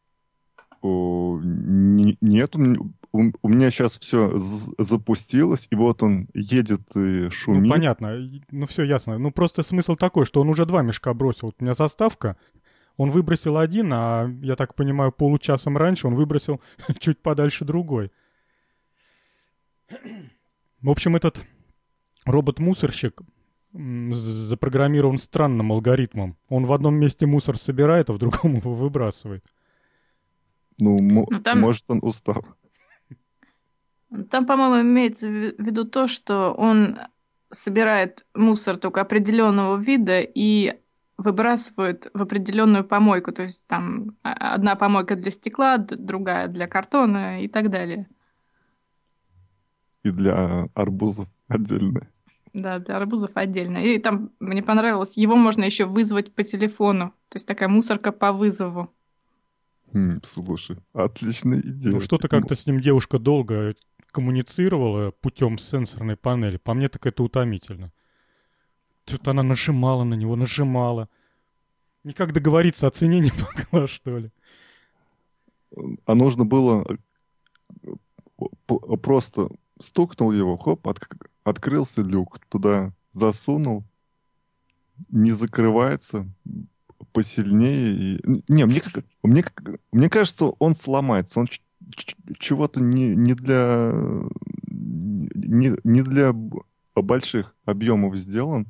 О, не- Нет, у м- у у меня сейчас все запустилось, и вот он едет и Ну, шумит. понятно. И- Ну, все ясно. Ну, просто смысл такой, что он уже два мешка бросил. Вот у меня заставка, он выбросил один, а, я так понимаю, получасом раньше он выбросил чуть подальше другой. В общем, этот робот-мусорщик м, з- запрограммирован странным алгоритмом. Он в одном месте мусор собирает, а в другом его выбрасывает. Ну, мо- Ну, там- может, он устал. Там, по-моему, имеется в виду то, что он собирает мусор только определенного вида и выбрасывает в определенную помойку. То есть там а- одна помойка для стекла, д- другая для картона и так далее. И для арбузов отдельно. Да, для арбузов отдельно. И там мне понравилось, его можно еще вызвать по телефону. То есть такая мусорка по вызову. М, слушай, отличная идея. Ну, что-то как-то с ним девушка долго коммуницировала путем сенсорной панели. По мне так это утомительно. Что-то она нажимала на него, нажимала. Никак договориться о цене не могла, что ли. А нужно было э, п- просто стукнул его, хоп, от- открылся люк, туда засунул, не закрывается, посильнее. И... Не, мне, как- мне, как- мне кажется, он сломается. Он ч- ч- чего-то не, не для не, не для б- больших объемов сделан.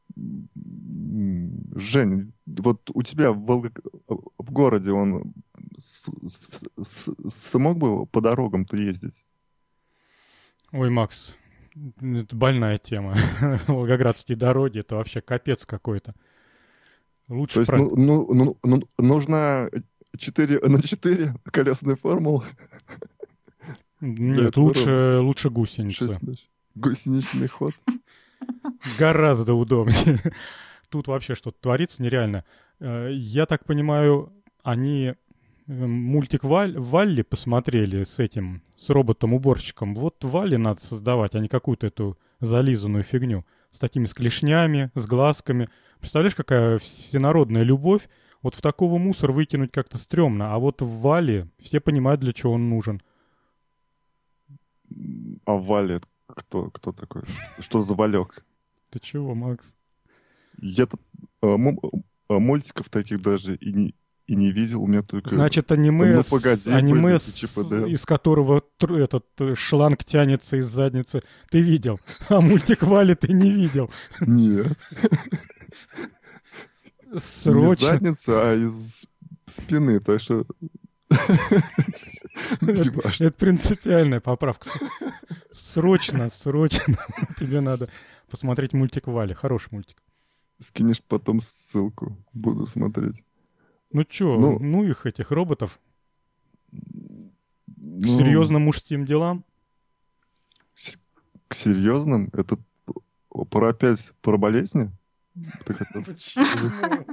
М, Жень, вот у тебя в, Волго- в городе он с- с- с- смог бы по дорогам-то ездить? Ой, Макс, это больная тема. Волгоградские дороги — это вообще капец какой-то. То Лучше есть про... ну, ну, ну, ну, нужна четыре на четыре колесная формула для Нет, этого робота. лучше, лучше гусеница. шесть на шесть. Гусеничный ход. Гораздо удобнее. Тут вообще что-то творится нереально. Э, Я так понимаю, они э, мультик Валь- Валли посмотрели с этим, с роботом-уборщиком. Вот Валли надо создавать, а не какую-то эту зализанную фигню. С такими с клешнями, с глазками. Представляешь, какая всенародная любовь? Вот в такого мусор выкинуть как-то стрёмно. А вот в Вале все понимают, для чего он нужен. А Валя кто, кто такой? Что, что за Валек? Ты чего, Макс? Я-то э, м- э, мультиков таких даже и не, и не видел. У меня только... Значит, аниме, Ну, с- погоди, аниме были с- ЧПД. из которого тр- этот э, шланг тянется из задницы, ты видел. А мультик Вали ты не видел. Нет. Не Срочно. задница, а из спины. Так что... Это, это принципиальная поправка. Срочно, срочно тебе надо посмотреть мультик Вали. Хороший мультик. Скинешь потом ссылку. Буду смотреть. Ну чё, Ну, ну их, этих роботов, к ну, серьезным мужским делам. с- К серьезным? Это п- про опять про болезни? Ты хотел сказать?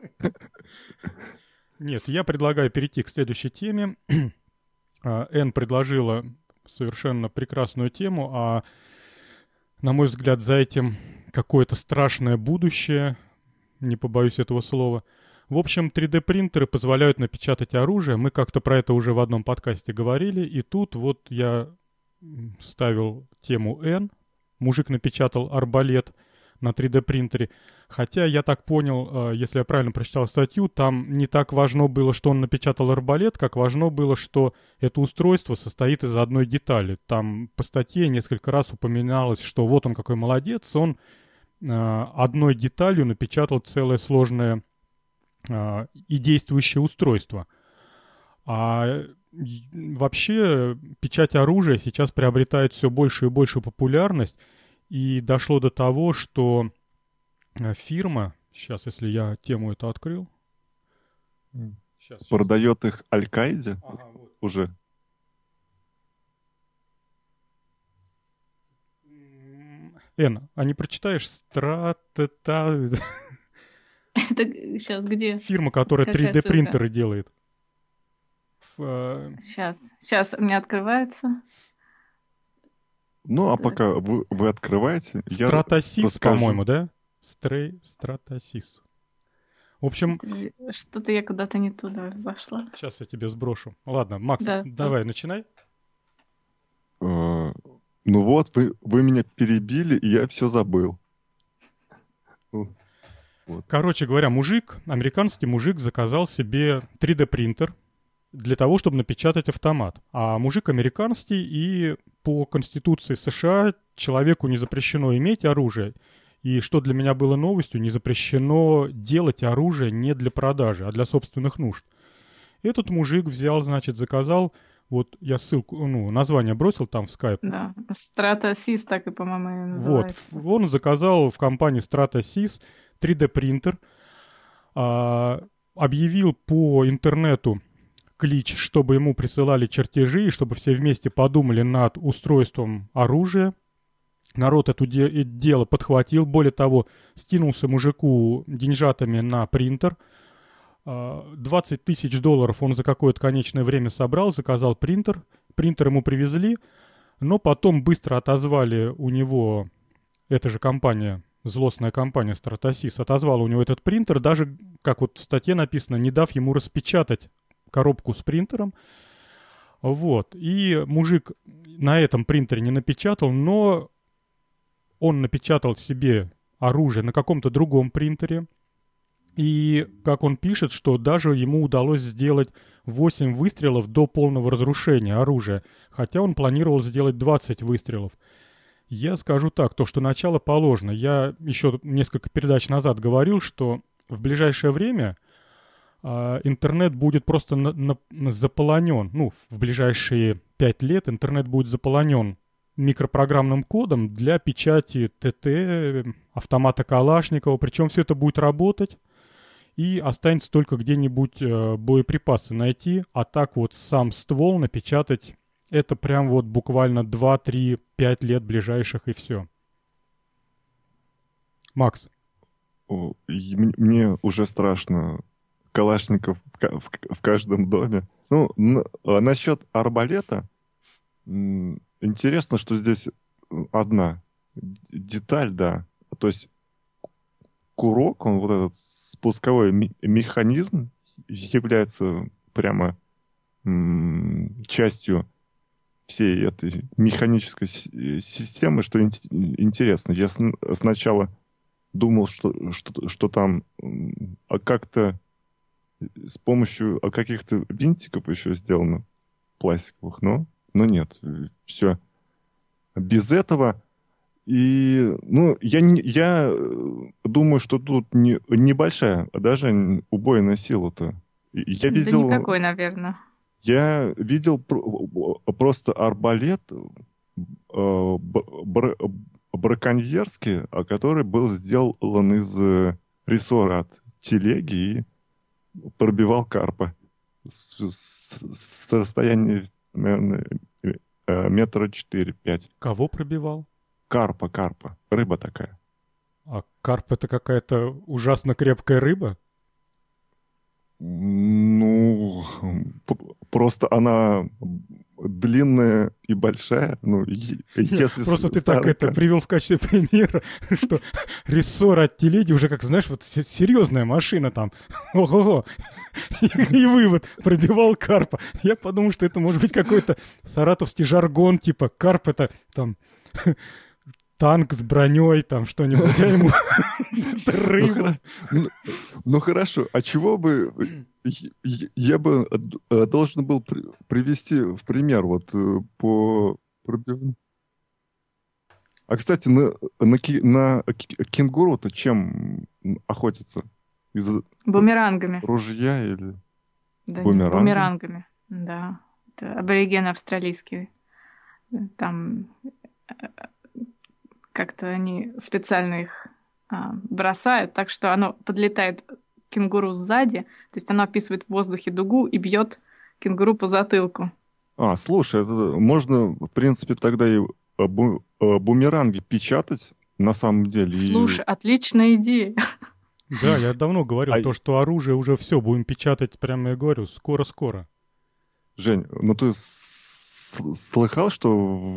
Нет, я предлагаю перейти к следующей теме. А, Энн предложила совершенно прекрасную тему, а, на мой взгляд, за этим какое-то страшное будущее, не побоюсь этого слова. В общем, три дэ-принтеры позволяют напечатать оружие. Мы как-то про это уже в одном подкасте говорили, и тут вот я м, ставил тему Энн. Мужик напечатал арбалет на три дэ-принтере. Хотя я так понял, э, если я правильно прочитал статью, там не так важно было, что он напечатал арбалет, как важно было, что это устройство состоит из одной детали. Там по статье несколько раз упоминалось, что вот он какой молодец, он э, одной деталью напечатал целое сложное э, и действующее устройство. А и- вообще печать оружия сейчас приобретает все большую и большую популярность, и дошло до того, что э, фирма, сейчас, если я тему эту открыл, М. сейчас, Продает их Аль-Каиде Ага, вот. уже. М, Эн, а не прочитаешь Стратета... Это сейчас где? Фирма, которая Какая три дэ ссылка? принтеры делает. Ф- э, Сейчас. Сейчас у меня открывается. Ну, а Так. пока вы, вы открываете, я Стратосис, расскажу. по-моему, да? Стрей Стратосис. В общем, Подожди, Что-то я куда-то не туда зашла. сейчас я тебе сброшу. Ладно, Макс, Да. давай, начинай. Э, Ну вот, вы, вы меня перебили, и я все забыл. Ну, Короче говоря, мужик, американский мужик заказал себе три дэ-принтер для того, чтобы напечатать автомат. А мужик американский, и по Конституции США человеку не запрещено иметь оружие. И что для меня было новостью, не запрещено делать оружие не для продажи, а для собственных нужд. Этот мужик взял, значит, заказал, вот я ссылку, ну, название бросил там в скайп. Да. Стратосис так и, по-моему, и Вот, называется. ф- он заказал в компании Stratasys три дэ-принтер, а, объявил по интернету клич, чтобы ему присылали чертежи, и чтобы все вместе подумали над устройством оружия. Народ это де- э, дело подхватил, более того, скинулся мужику деньжатами на принтер. А, двадцать тысяч долларов он за какое-то конечное время собрал, заказал принтер. Принтер ему привезли, но потом быстро отозвали у него, эта же компания, злостная компания Stratasys, отозвала у него этот принтер, даже, как вот в статье написано, не дав ему распечатать коробку с принтером. Вот. И мужик на этом принтере не напечатал, но он напечатал себе оружие на каком-то другом принтере. И, как он пишет, что даже ему удалось сделать восемь выстрелов до полного разрушения оружия, хотя он планировал сделать двадцать выстрелов. Я скажу так, то, что начало положено. Я еще несколько передач назад говорил, что в ближайшее время а, интернет будет просто на, на, заполонен, ну, в ближайшие пять лет интернет будет заполонен микропрограммным кодом для печати ТТ, автомата Калашникова, причем все это будет работать, и останется только где-нибудь э, боеприпасы найти, а так вот сам ствол напечатать, это прям вот буквально два, три, пять лет ближайших и все. Макс. О, и м- мне уже страшно. Калашников в, в, в каждом доме. Ну, н- а насчет арбалета, м, интересно, что здесь одна деталь, да. То есть курок, он вот этот спусковой ми- механизм является прямо м, частью всей этой механической си- системы, что ин- интересно. Я сн- сначала думал, что, что, что там м, а как-то с помощью а каких-то винтиков еще сделано пластиковых, но, но нет. Все без этого. И, ну, я, не- я э, думаю, что тут не, небольшая, а даже убойная сила-то. И Я Да видел, никакой, наверное. я видел про- просто арбалет э, б- бр- браконьерский, а который был сделан из э, рессора от телеги и пробивал карпа с, с- с расстояния, наверное, э, э, метра четыре-пять. Кого пробивал? Карпа, карпа. Рыба такая. А карп — это какая-то ужасно крепкая рыба? Ну, п- просто она длинная и большая. Ну, е- если Просто с- ты так старый это карп- привел в качестве примера, что рессор от телеги уже, как знаешь, вот се- серьезная машина там. Ого-го. И, и вывод. Пробивал карпа. Я подумал, что это может быть какой-то саратовский жаргон, типа карп — это там танк с броней, там что-нибудь, а ему это Ну, рыба. хоро- ну, ну, хорошо, а чего бы я я бы э, должен был при- привести в пример вот э, по пробивным. А, кстати, на, на, ки- на ки- кенгуру-то чем охотятся? Из Бумерангами. ружья или... Да, Бумерангами? бумерангами. Да. Это аборигены австралийские. Там э, как-то они специально их а, бросают, так что оно подлетает к кенгуру сзади, то есть оно описывает в воздухе дугу и бьет кенгуру по затылку. А, слушай, это можно, в принципе, тогда и э, бу- э, бумеранги печатать на самом деле. и- Слушай, отличная идея. Да, я давно говорил, А- то, что оружие уже все, будем печатать, прямо я говорю, скоро-скоро. Жень, ну ты с- слыхал, что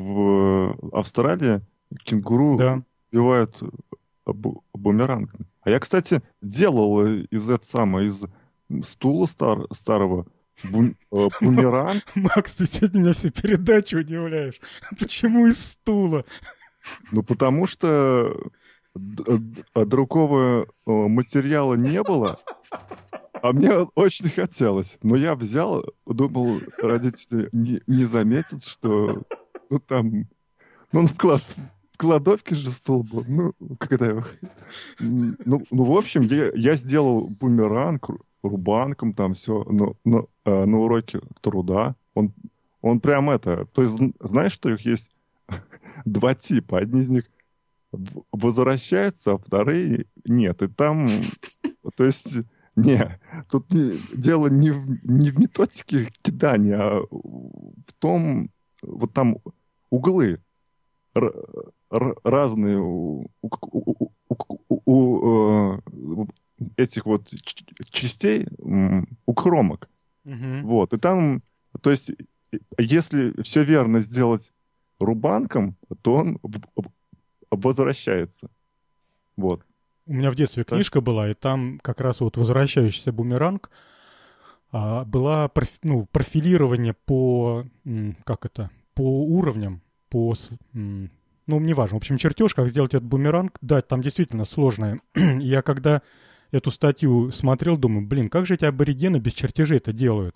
в Австралии кенгуру Да. убивают бу- бумерангами? А я, кстати, делал из этого самого, из стула стар- старого бу- э, бумеранг. Макс, ты сегодня меня всю передачу удивляешь. Почему из стула? Ну, потому что д- д- другого э, материала не было, а мне очень хотелось. Но я взял, думал, родители не, не заметят, что ну там, ну он в, клад, в кладовке же стул был. Ну, когда я... М, Ну, ну, в общем, я, я сделал бумеранг ру- рубанком, там все, но, но, э, на уроке труда. Он, он прям это... То есть, зн- знаешь, что их есть два типа. Одни из них в- возвращаются, а вторые нет. И там, то есть, не, тут не- дело не в, не в методике кидания, а в том, вот там углы р- р- разные у, у- у- у- у- у, э, этих вот ч- частей, м, у кромок. Мгм. Вот, и там, то есть, и- если все верно сделать рубанком, то он в- в- возвращается. Вот. У меня в детстве Так. книжка была, и там как раз вот возвращающийся бумеранг а, была проф- ну, профилирование по, м, как это, по уровням, по, с- м, ну, неважно, в общем, чертеж, как сделать этот бумеранг, да, там действительно сложное. Я когда эту статью смотрел, думаю, блин, как же эти аборигены без чертежей это делают?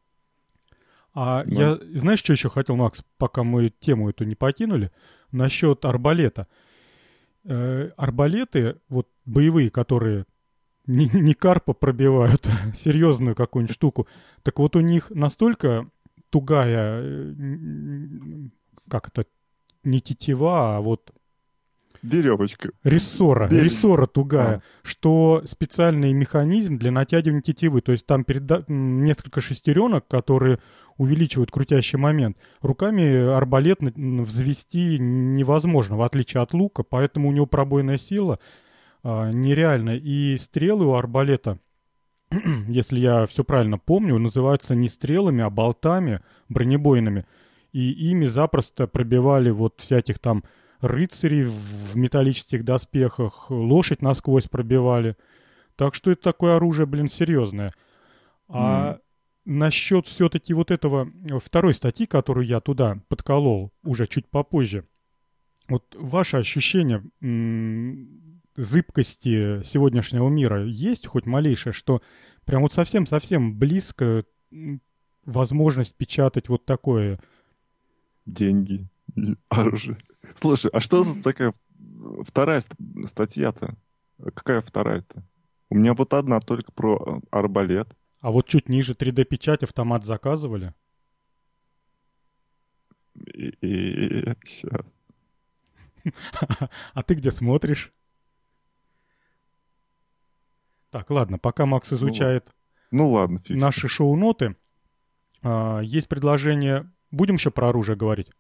А Ну. я, знаешь, что еще хотел, Макс, пока мы тему эту не покинули, насчет арбалета. Э, арбалеты, вот боевые, которые не, не карпа пробивают, а серьезную какую-нибудь штуку. Так вот у них настолько тугая, э, как это, не тетива, а вот Веревочка. рессора, Бер- рессора тугая, А. что специальный механизм для натягивания тетивы. То есть там переда- м, несколько шестеренок, которые увеличивают крутящий момент. Руками арбалет на- н- взвести невозможно, в отличие от лука, поэтому у него пробойная сила а, нереальная. И стрелы у арбалета, если я все правильно помню, называются не стрелами, а болтами бронебойными. И ими запросто пробивали вот всяких там рыцарей в металлических доспехах, лошадь насквозь пробивали. Так что это такое оружие, блин, серьезное. А М. насчет все-таки вот этого э, второй статьи, которую я туда подколол уже чуть попозже, вот ваше ощущение м, зыбкости сегодняшнего мира есть хоть малейшее, что прям вот совсем-совсем близко м, возможность печатать вот такое? Деньги и оружие. Слушай, а что за такая вторая ст- статья-то? Какая вторая-то? У меня вот одна только про э, арбалет. А вот чуть ниже три дэ-печать, автомат заказывали? И, и- щас. А ты где смотришь? Так, ладно, пока Макс изучает Ну ладно, фиг. с ним. наши шоу-ноты, а, есть предложение... Будем еще про оружие говорить?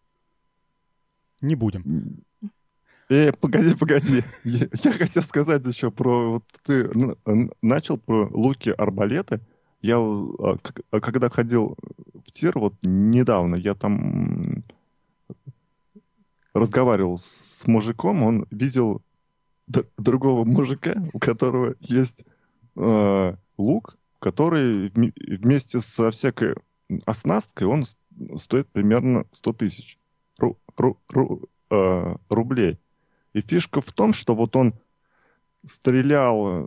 Не будем. Э, погоди, погоди. Я, я хотел сказать еще про... Вот ты н- н- начал про луки, арбалеты. Я, а, к- а, когда ходил в тир, вот недавно, я там разговаривал с мужиком, он видел д- другого мужика, у которого есть э, лук, который вме- вместе со всякой оснасткой, он с- стоит примерно сто тысяч ру- ру- ру- э, рублей. И фишка в том, что вот он стрелял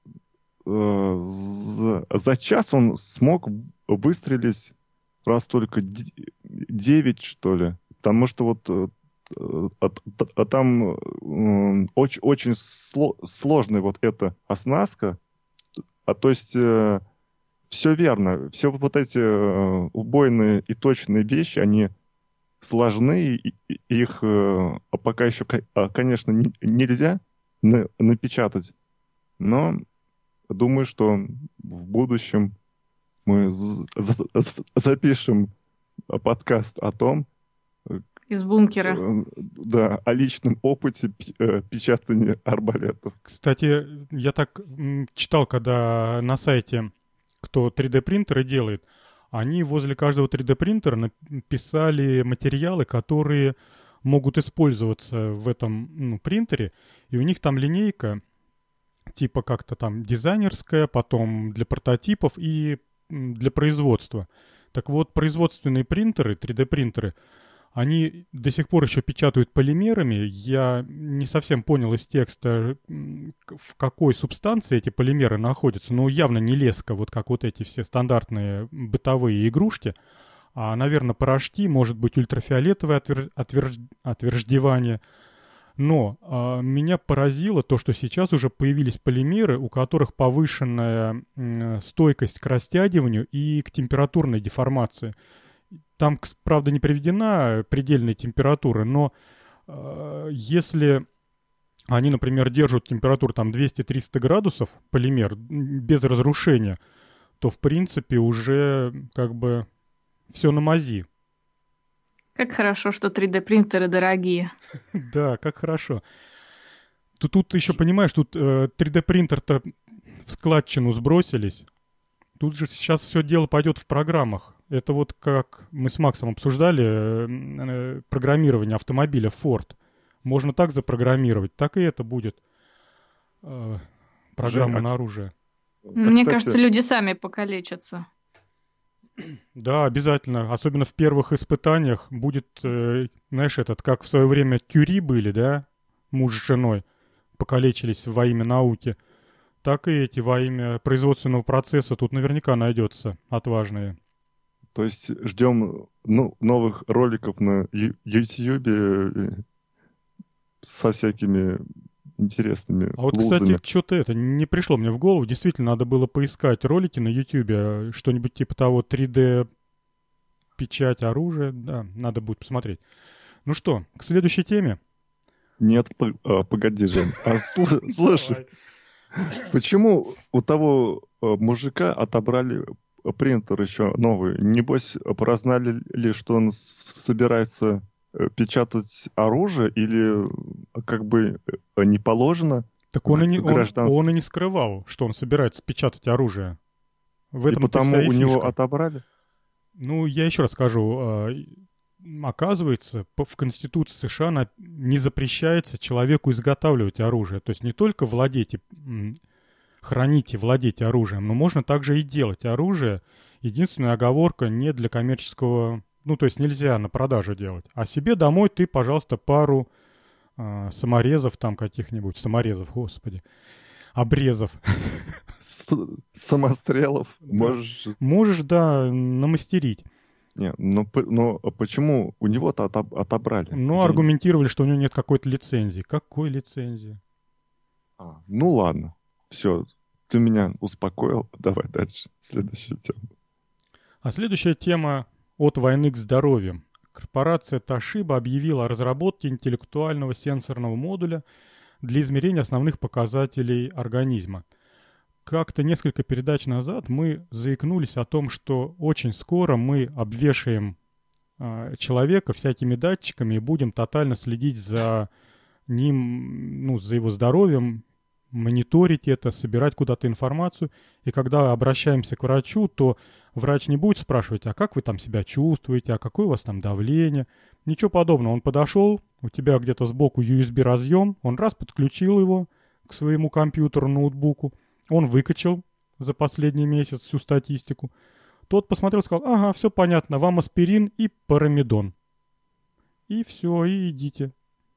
э, за, за час, он смог выстрелить раз только девять, что ли. Потому что вот э, э, а, а там э, очень, очень сло- сложная вот эта оснастка. А то есть э, все верно. Все вот эти э, убойные и точные вещи, они сложны, и, и- их э, пока еще, ко- а, конечно, не- нельзя на- напечатать. Но думаю, что в будущем мы з- з- з- запишем подкаст о том, Из бункера. э, да, о личном опыте пи- э, печатания арбалетов. Кстати, я так м, читал, когда на сайте, кто три дэ-принтеры делает, они возле каждого три дэ-принтера написали материалы, которые могут использоваться в этом ну, принтере, и у них там линейка типа как-то там дизайнерская, потом для прототипов и м, для производства. Так вот, производственные принтеры, три дэ-принтеры, они до сих пор еще печатают полимерами. Я не совсем понял из текста, м, к- в какой субстанции эти полимеры находятся. Но явно не леска, вот как вот эти все стандартные бытовые игрушки. А, наверное, порошки, может быть, ультрафиолетовое отвер- отверж- отверждевание. Но а, меня поразило то, что сейчас уже появились полимеры, у которых повышенная м, стойкость к растягиванию и к температурной деформации. Там, к- правда, не приведена предельная температура, но э, если они, например, держат температуру там двести-триста градусов, полимер, м, без разрушения, то, в принципе, уже как бы все на мази. Как хорошо, что три дэ-принтеры дорогие. Да, как хорошо. Тут, тут еще, понимаешь, тут э, три дэ-принтер-то в складчину сбросились. Тут же сейчас все дело пойдет в программах. Это вот как мы с Максом обсуждали э, э, программирование автомобиля Ford. Можно так запрограммировать, так и это будет э, программа Жень, а на кс- оружие. а, Мне кстати, кажется, люди сами покалечатся. Да, обязательно. Особенно в первых испытаниях будет, э, знаешь, этот, как в свое время Кюри были, да, муж с женой, покалечились во имя науки. Так и эти во имя производственного процесса тут наверняка найдется отважные. То есть ждем ну, новых роликов на Ю- Ютьюбе э, со всякими интересными А вот, лузами. кстати, что-то это не пришло мне в голову. Действительно, надо было поискать ролики на YouTube, что-нибудь типа того три дэ печать оружия. Да, надо будет посмотреть. Ну что, к следующей теме. Нет, по- а, погоди, Жень. А сл- слушай, почему у того а, мужика отобрали принтер еще новый? Небось, прознали ли, что он с- собирается э, печатать оружие или э, как бы э, не положено Так он и, не, г- он, гражданство? он и не скрывал, что он собирается печатать оружие. В И этом-то вся потому и у него фишка. отобрали? Ну, я еще раз скажу. а, Оказывается, по- в Конституции США на- не запрещается человеку изготавливать оружие. То есть не только владеть и м, хранить и владеть оружием, но можно также и делать оружие. Единственная оговорка не для коммерческого... Ну, то есть нельзя на продажу делать. А себе домой ты, пожалуйста, пару а, саморезов там каких-нибудь. Саморезов, господи. Обрезов. С- самострелов Да. можешь... Можешь, да, намастерить. Не, но, п- но почему у него-то отоб- отобрали? Но Я- аргументировали, что у него нет какой-то лицензии. Какой лицензии? А, ну ладно, все, ты меня успокоил. Давай дальше, следующая тема. А следующая тема от войны к здоровью. Корпорация Toshiba объявила о разработке интеллектуального сенсорного модуля для измерения основных показателей организма. Как-то несколько передач назад мы заикнулись о том, что очень скоро мы обвешаем а, человека всякими датчиками и будем тотально следить за ним, ну, за его здоровьем, мониторить это, собирать куда-то информацию. И когда обращаемся к врачу, то врач не будет спрашивать, а как вы там себя чувствуете, а какое у вас там давление. Ничего подобного. Он подошел, у тебя где-то сбоку ю эс би разъем, он раз подключил его к своему компьютеру, ноутбуку, он выкачал за последний месяц всю статистику. Тот посмотрел и сказал, ага, все понятно, вам аспирин и парамедон. И все, и идите.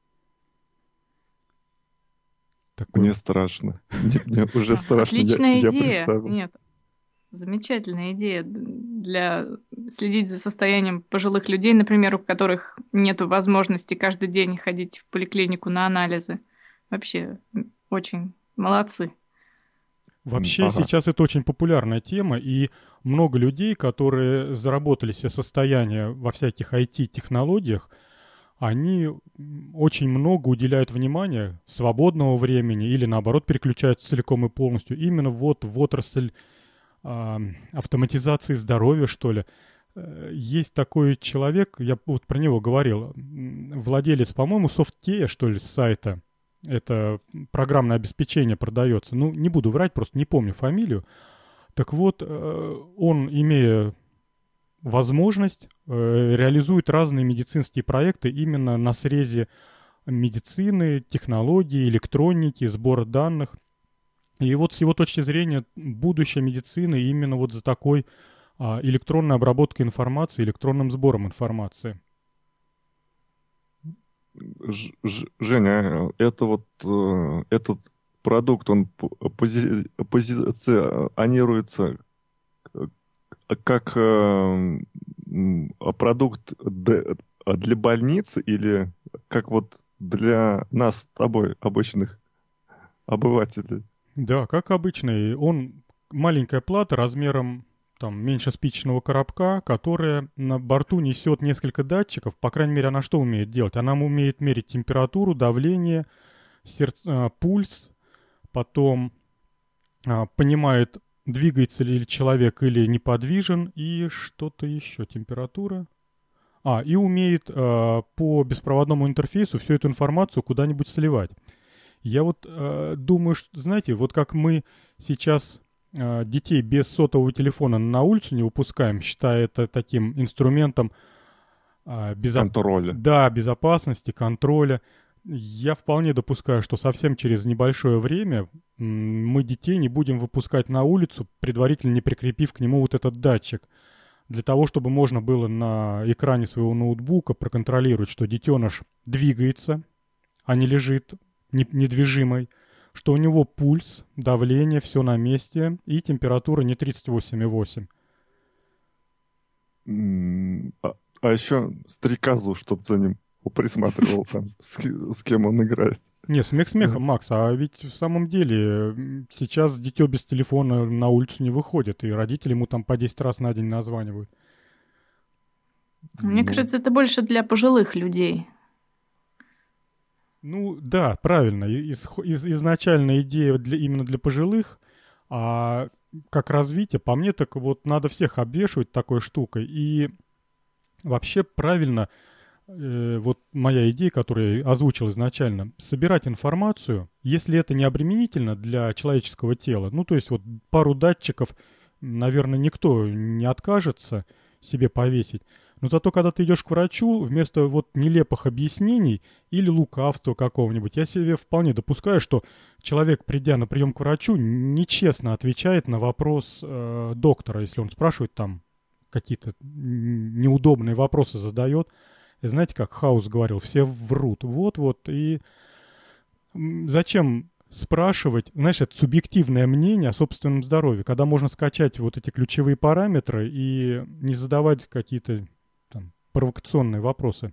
Такой... Мне страшно. Мне, мне уже страшно. Я- Отличная я идея. представил. Нет, замечательная идея для следить за состоянием пожилых людей, например, у которых нет возможности каждый день ходить в поликлинику на анализы. Вообще, очень молодцы. Вообще Ага. сейчас это очень популярная тема, и много людей, которые заработали себе состояние во всяких ай ти-технологиях, они м, очень много уделяют внимания свободного времени или, наоборот, переключаются целиком и полностью именно вот в отрасль а, автоматизации здоровья, что ли. Э, Есть такой человек, я вот про него говорил, м, владелец, по-моему, Софтея, что ли, с сайта. Это программное обеспечение продается. Ну, не буду врать, просто не помню фамилию. Так вот, э, он, имея возможность, э, реализует разные медицинские проекты именно на срезе медицины, технологий, электроники, сбора данных. И вот с его точки зрения будущее медицины именно вот за такой а, электронной обработкой информации, электронным сбором информации. Ж- Ж- Женя, это вот э, этот продукт, он п- пози- позиционируется э, как э, м, продукт д- для больницы или как вот для нас с тобой, обычных обывателей? Да, как обычно, и он маленькая плата размером там меньше спичечного коробка, которая на борту несет несколько датчиков. По крайней мере, она что умеет делать? Она умеет мерить температуру, давление, сердце, а, пульс, потом а, понимает, двигается ли человек или неподвижен, и что-то еще, температура. А, и умеет а, по беспроводному интерфейсу всю эту информацию куда-нибудь сливать. Я вот э, думаю, что, знаете, вот как мы сейчас э, детей без сотового телефона на улицу не выпускаем, считая это таким инструментом э, безо- Контроля. да, безопасности, контроля, я вполне допускаю, что совсем через небольшое время м, мы детей не будем выпускать на улицу, предварительно не прикрепив к нему вот этот датчик. Для того, чтобы можно было на экране своего ноутбука проконтролировать, что детеныш двигается, а не лежит не- недвижимой, что у него пульс, давление, все на месте, и температура не тридцать восемь и восемь. М, А, а еще стрекозу, чтоб за ним присматривал там, с, ки- с кем он играет. Не, смех смехом, Макс, а ведь в самом деле сейчас дитё без телефона на улицу не выходит, и родители ему там по десять раз на день названивают. Мне Ну, кажется, это больше для пожилых людей. Ну да, правильно. И- исхо- из- изначально идея для, именно для пожилых, а как развитие, по мне, так вот надо всех обвешивать такой штукой. И вообще правильно, э, вот моя идея, которую я озвучил изначально, собирать информацию, если это не обременительно для человеческого тела. Ну, то есть вот пару датчиков, наверное, никто не откажется себе повесить. Но зато, когда ты идешь к врачу, вместо вот нелепых объяснений или лукавства какого-нибудь, я себе вполне допускаю, что человек, придя на прием к врачу, нечестно отвечает на вопрос э, доктора, если он спрашивает там какие-то н- неудобные вопросы задает. И знаете, как Хаус говорил, все врут. Вот-вот. И м, зачем спрашивать, знаешь, это субъективное мнение о собственном здоровье, когда можно скачать вот эти ключевые параметры и не задавать какие-то там провокационные вопросы.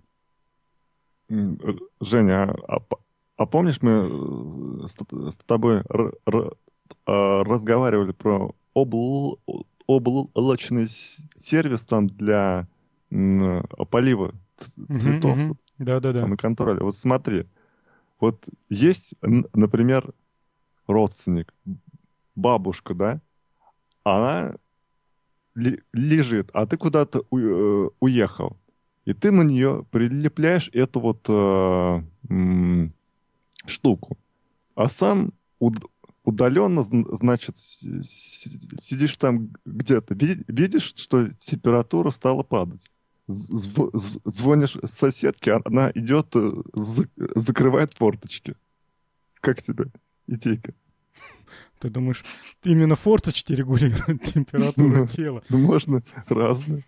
м, э, Женя, а, а п- а помнишь, мы э, с, т- с тобой р- р- а, разговаривали про обл- облачный с- сервис там для м, полива ц- Мгм, цветов мгм. Да-да-да. там и контроля. Вот смотри, вот есть, н- например, родственник, бабушка, да, она ли- лежит, а ты куда-то у- э, уехал. И ты на нее прилепляешь эту вот э, м, штуку. А сам уд- удаленно, зн- значит, с- с- сидишь там где-то, ви- видишь, что температура стала падать. З- зв- з- Звонишь соседке, а она идет, э, за- закрывает форточки. Как тебе идейка? Ты думаешь, именно форточки регулируют температуру Ну, тела? ну, можно разное.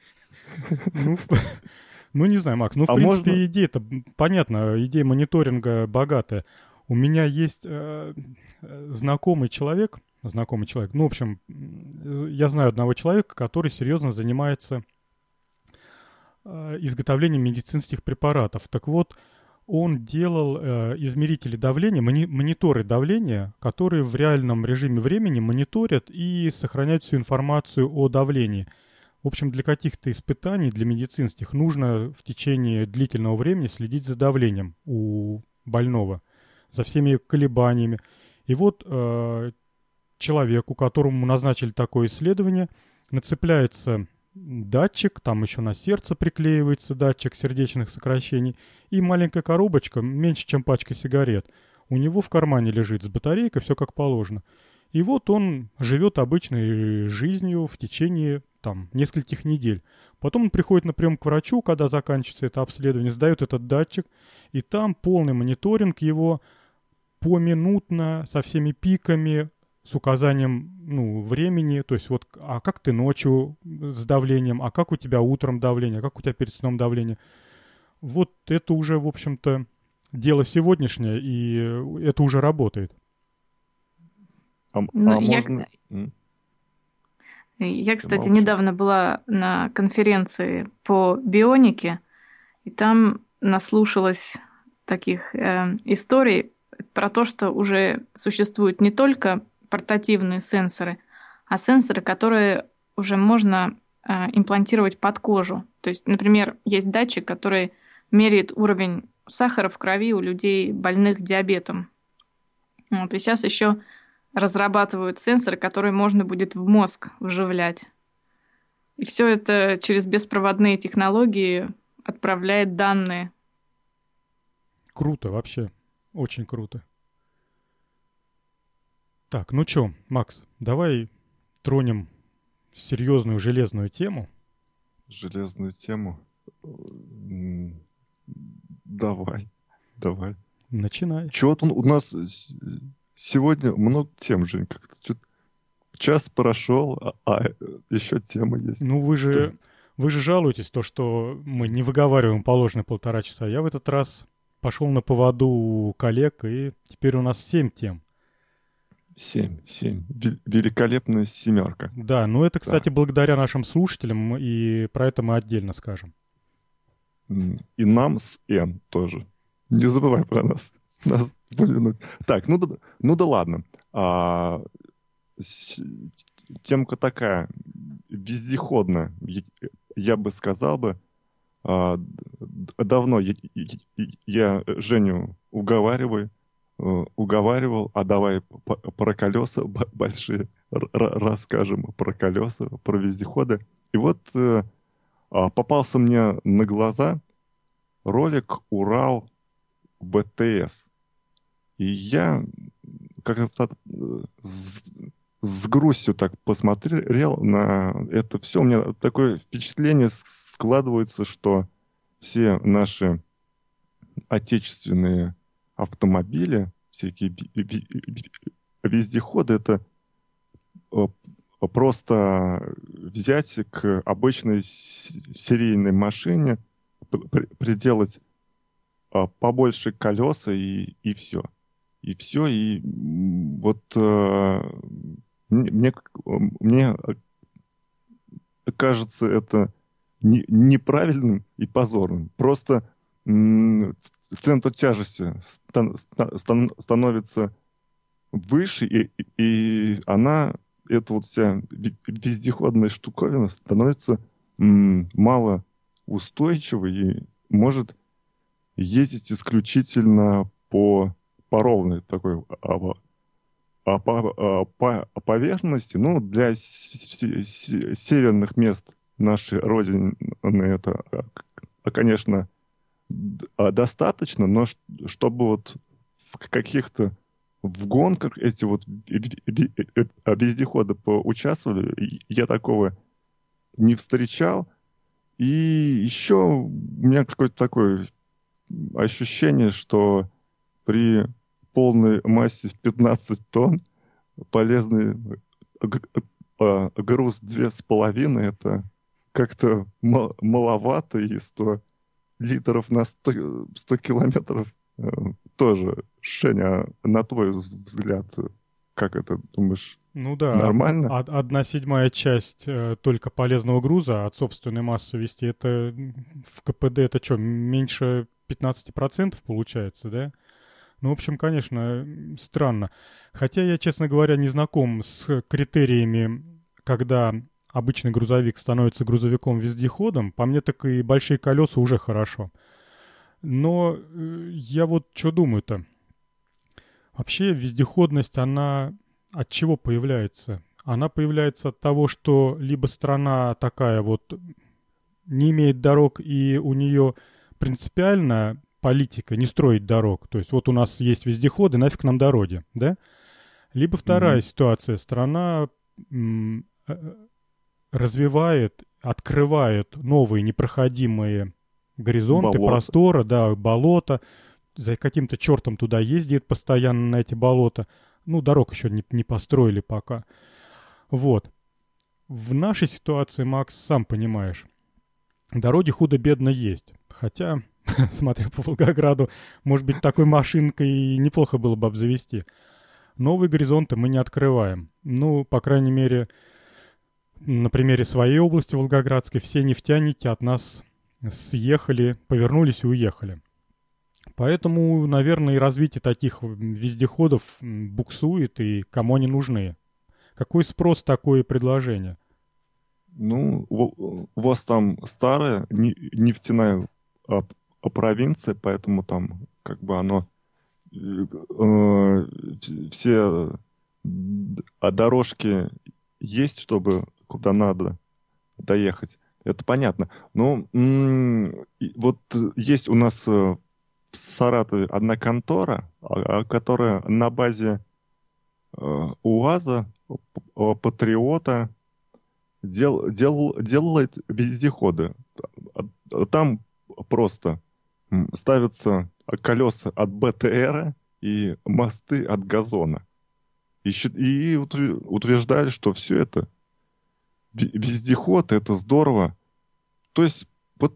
Ну, в- ну, не знаю, Макс. Ну, в А принципе, можно... идея-то, м, понятно, идея мониторинга богатая. У меня есть э, э, знакомый человек, знакомый человек, ну, в общем, м, я знаю одного человека, который серьезно занимается э, изготовлением медицинских препаратов. Так вот, он делал э, измерители давления, мони- мониторы давления, которые в реальном режиме времени мониторят и сохраняют всю информацию о давлении. В общем, для каких-то испытаний, для медицинских, нужно в течение длительного времени следить за давлением у больного, за всеми колебаниями. И вот э, человеку, которому назначили такое исследование, нацепляется датчик, там еще на сердце приклеивается датчик сердечных сокращений, и маленькая коробочка, меньше, чем пачка сигарет, у него в кармане лежит с батарейкой, все как положено. И вот он живет обычной жизнью в течение там нескольких недель. Потом он приходит на прием к врачу, когда заканчивается это обследование, сдает этот датчик, и там полный мониторинг его поминутно, со всеми пиками, с указанием ну, времени, то есть вот, а как ты ночью с давлением, а как у тебя утром давление, а как у тебя перед сном давление. Вот это уже, в общем-то, дело сегодняшнее, и это уже работает. А, Ну, а я, можно... М? я, Ты кстати, молчи. недавно была на конференции по бионике, и там наслушалась таких э, историй про то, что уже существуют не только портативные сенсоры, а сенсоры, которые уже можно э, имплантировать под кожу. То есть, например, есть датчик, который меряет уровень сахара в крови у людей, больных диабетом. Вот, и сейчас еще разрабатывают сенсоры, которые можно будет в мозг вживлять. И все это через беспроводные технологии отправляет данные. Круто вообще, очень круто. Так, ну чё, Макс, давай тронем серьезную железную тему. Железную тему. М, Давай, давай. Начинай. Чего-то у нас с- сегодня много тем, Жень. Как-то чё-то час прошел, а, а еще тема есть. Ну вы же, вы же жалуетесь, то, что мы не выговариваем положенные полтора часа. Я в этот раз пошел на поводу у коллег, и теперь у нас семь тем. Семь, семь. Ве- Великолепная семерка. Да, ну это, кстати, благодаря нашим слушателям, и про это мы отдельно скажем. М, И нам с Н тоже. Не забывай про нас. Нас Так, ну да, ну да ладно. А, с- темка такая, вездеходная, я, я бы сказал бы. А, д- давно я, я- я Женю уговариваю, э, уговаривал, а давай п- про колеса б- большие р- р- расскажем, про колеса, про вездеходы. И вот э, а, попался мне на глаза ролик Урал вэ тэ эс. И я как-то э, с, с грустью так посмотрел на это все. У меня такое впечатление складывается, что все наши отечественные автомобили, всякие ви- ви- ви- вездеходы, это э, просто взять к обычной с- серийной машине, п- при- приделать а, побольше колеса и, и все. И все, и м, вот э, мне, мне к- мне кажется это не- неправильным и позорным. Просто м, ц- центр тяжести стан- ста- стан- становится выше, и, и и она, эта вот вся ве- вездеходная штуковина становится м, мало устойчивой и может ездить исключительно по, по ровной такой а, а, по, а, по поверхности. Ну, для с- с- с- северных мест нашей Родины это, а, к- конечно, д- а, достаточно, но ш- чтобы вот в каких-то в гонках эти вот ви- ви- ви- э, э, вездеходы поучаствовали, и я такого не встречал. И еще у меня какое-то такое ощущение, что при полной массе в пятнадцать тонн полезный г- а, груз две с половиной это как-то ма- маловато, и сто литров на сто, сто километров э, тоже. Женя, а на твой взгляд, как это, думаешь, Ну да, од- нормально? од- одна седьмая часть э, только полезного груза от собственной массы вести, это м, в ка пэ дэ это что, меньше пятнадцать процентов получается, да? Ну, в общем, конечно, м, странно. Хотя я, честно говоря, не знаком с критериями, когда обычный грузовик становится грузовиком-вездеходом. По мне, так и большие колеса уже хорошо. Но э, я вот что думаю-то. Вообще вездеходность, она от чего появляется? Она появляется от того, что либо страна такая вот не имеет дорог, и у нее принципиально политика не строить дорог. То есть вот у нас есть вездеходы, нафиг нам дороги, да? Либо вторая Мгм. ситуация. Страна м, э, развивает, открывает новые непроходимые горизонты, Болото. просторы, да, болота, за каким-то чертом туда ездит постоянно на эти болота. Ну, дорог еще не, не построили пока. Вот. В нашей ситуации, Макс, сам понимаешь, дороги худо-бедно есть. Хотя, смотря по Волгограду, может быть, такой машинкой и неплохо было бы обзавести. Новые горизонты мы не открываем. Ну, по крайней мере, на примере своей области Волгоградской все нефтяники от нас съехали, повернулись и уехали. Поэтому, наверное, и развитие таких вездеходов м, буксует, и кому они нужны. Какой спрос, такое предложение. Ну, у, у вас там старая не- нефтяная а, а, провинция, поэтому там как бы оно э, э, в- все д- а дорожки есть, чтобы куда надо доехать. Это понятно. Но м, и вот э, есть у нас э, в Саратове одна контора, а- а, которая на базе э, УАЗа, П- П- Патриота дел, дел, делает вездеходы. А- Там просто м, ставятся колеса от бэ тэ эра и мосты от газона. И, щи- и утвер- утверждают, что все это ве- вездеход, это здорово. То есть вот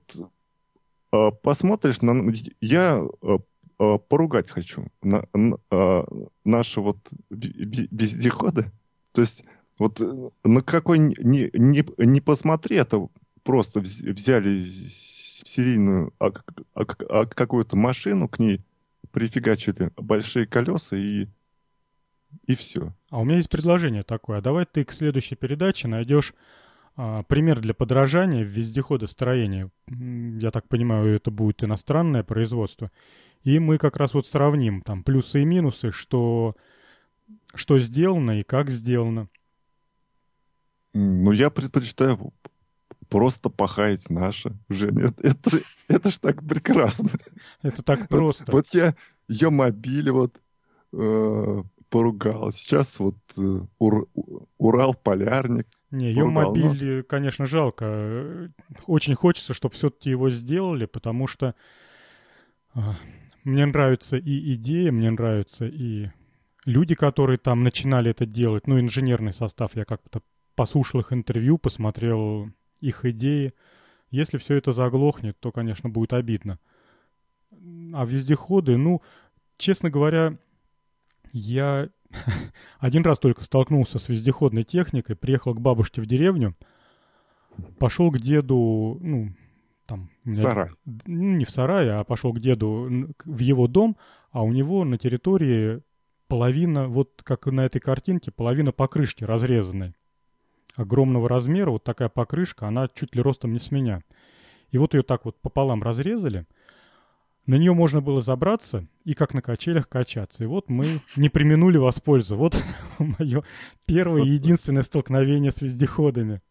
а, посмотришь на... Я а, а, поругать хочу на, на- а, наши вот ве- ве- вездеходы. То есть вот э, на какой ни, ни, ни- не посмотри, это просто вз- взяли с- серийную а, к- а, к- а, какую-то машину, к ней прифигачили большие колеса и, и все. А у меня есть предложение такое. А давай ты к следующей передаче найдешь а, пример для подражания в вездеходостроении. М, Я так понимаю, это будет иностранное производство. И мы как раз вот сравним там плюсы и минусы, что, что сделано и как сделано. М, Ну, я предпочитаю просто пахать наше. Женя, это, это, же- это ж так прекрасно. Это так Вот, просто. вот я, я мобиль вот э, поругал. Сейчас вот э, Ур- Урал, Полярник Не, поругал. Ну, Йомобиль, конечно, жалко. Э, Очень хочется, чтобы все-таки его сделали, потому что а, мне нравится и идея, мне нравятся и люди, которые там начинали это делать. Ну, инженерный состав, я как-то послушал их интервью, посмотрел их идеи. Если все это заглохнет, то, конечно, будет обидно. А вездеходы, ну, честно говоря, я один раз только столкнулся с вездеходной техникой, приехал к бабушке в деревню, пошел к деду, ну, там, у меня, сарай. ну, не в сарае, а пошел к деду н- к- в его дом, а у него на территории половина, вот как на этой картинке, половина покрышки разрезанной. Огромного размера, вот такая покрышка, она чуть ли ростом не с меня. И вот ее так вот пополам разрезали. На нее можно было забраться и как на качелях качаться. И вот мы не преминули воспользоваться. Вот мое первое и Вот, единственное столкновение с вездеходами.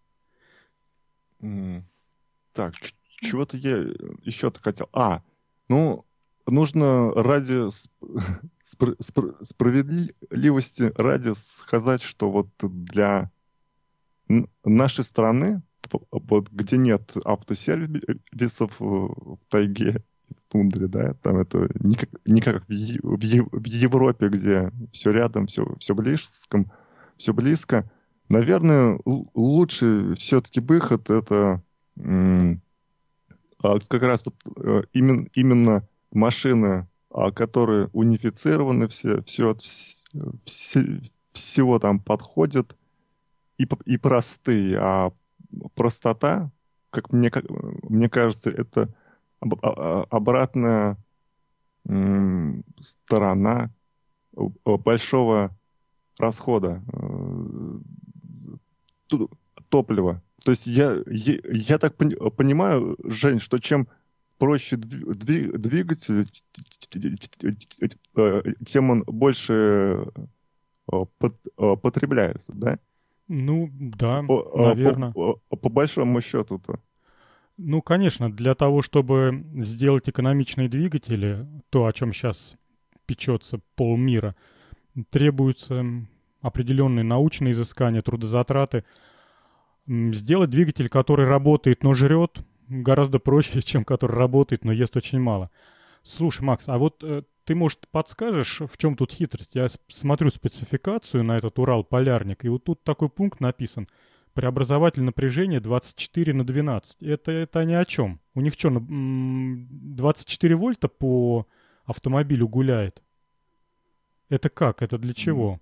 м, так, ч- чего-то я еще-то хотел. А, ну, нужно ради сп- спр- спр- справедливости ради сказать, что вот для н- нашей страны, п- вот где нет автосервисов э, в тайге, в тундре, да, там это не как, не как в, Е- в Е- в Европе, где все рядом, все, все близко, все близко. Наверное, л- лучший все-таки выход это м, а, как раз вот, э, именно, именно машины, а, которые унифицированы, все, все, от вс- все- всего там подходят, и, п- и простые, а простота, как мне, ка- мне кажется, это об- а- а- обратная м, сторона э, большого расхода э, ту- топлива. То есть я, я, я так пони- понимаю, Жень, что чем проще дви- дви- двигатель, э, тем он больше э, пот- э, потребляется, да? Ну, да, По, а, наверное. по, а, по большому счету-то. Ну, конечно, для того, чтобы сделать экономичные двигатели, то, о чем сейчас печется полмира, требуются определенные научные изыскания, трудозатраты. М, Сделать двигатель, который работает, но жрет, гораздо проще, чем который работает, но ест очень мало. Слушай, Макс, а вот э, ты, может, подскажешь, в чем тут хитрость? Я с- смотрю спецификацию на этот Урал-Полярник, и вот тут такой пункт написан. Преобразователь напряжения двадцать четыре на двенадцать. Это, это ни о чем. У них что, на- м, двадцать четыре вольта по автомобилю гуляет? Это как? Это для чего?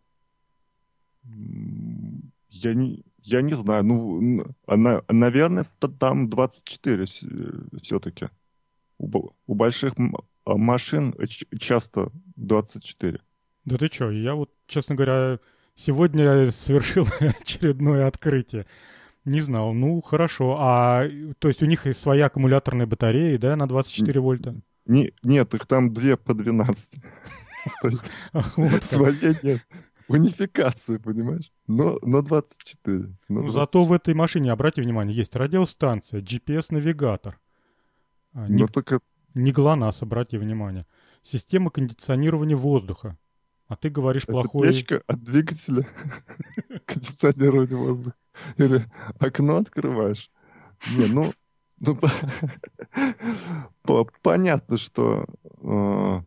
М, Я не, я не знаю. Ну, н- она, наверное, т- там двадцать четыре все-таки. У, бо- у больших м- а, машин ч- часто двадцать четыре. Да ты чё, я вот, честно говоря, сегодня совершил очередное открытие. Не знал. Ну, хорошо. А, э, то есть у них и своя аккумуляторная батарея, да, на двадцать четыре вольта? Не, нет, их там две по двенадцать стоит. Ах, вот как. Своей нет. Унификация, понимаешь? Но, но двадцать четыре. Но Ну, зато в двадцать четыре. этой машине, обрати внимание, есть радиостанция, джи пи эс-навигатор. А, Но не, только не ГЛОНАСС, обрати внимание. Система кондиционирования воздуха. А ты говоришь это плохой... печка от двигателя кондиционирования воздуха. Или окно открываешь. Не, ну, ну, по- по- понятно, что э,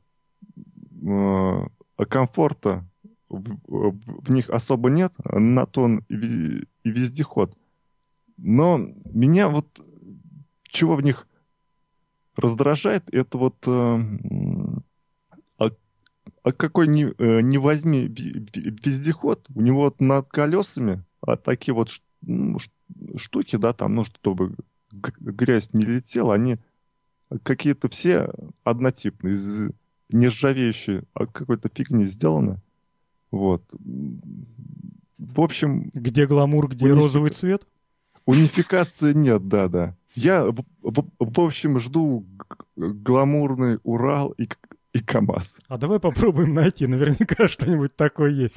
э, комфорта в, в- в них особо нет, на то он и, ве- и вездеход. Но меня вот чего в них раздражает, это вот э, м, а, а какой ни, э, ни возьми ве- ве- вездеход, у него вот над колесами а такие вот ш- ну, ш- штуки, да, там, ну, чтобы г- грязь не летела, они какие-то все однотипные, из, нержавеющей а какой-то фигни сделано. Вот. В общем... Где гламур, где унифи... розовый цвет? Унификации нет, да-да. Я, в, в, в общем, жду гламурный Урал и, и КамАЗ. А давай попробуем найти. Наверняка что-нибудь такое есть.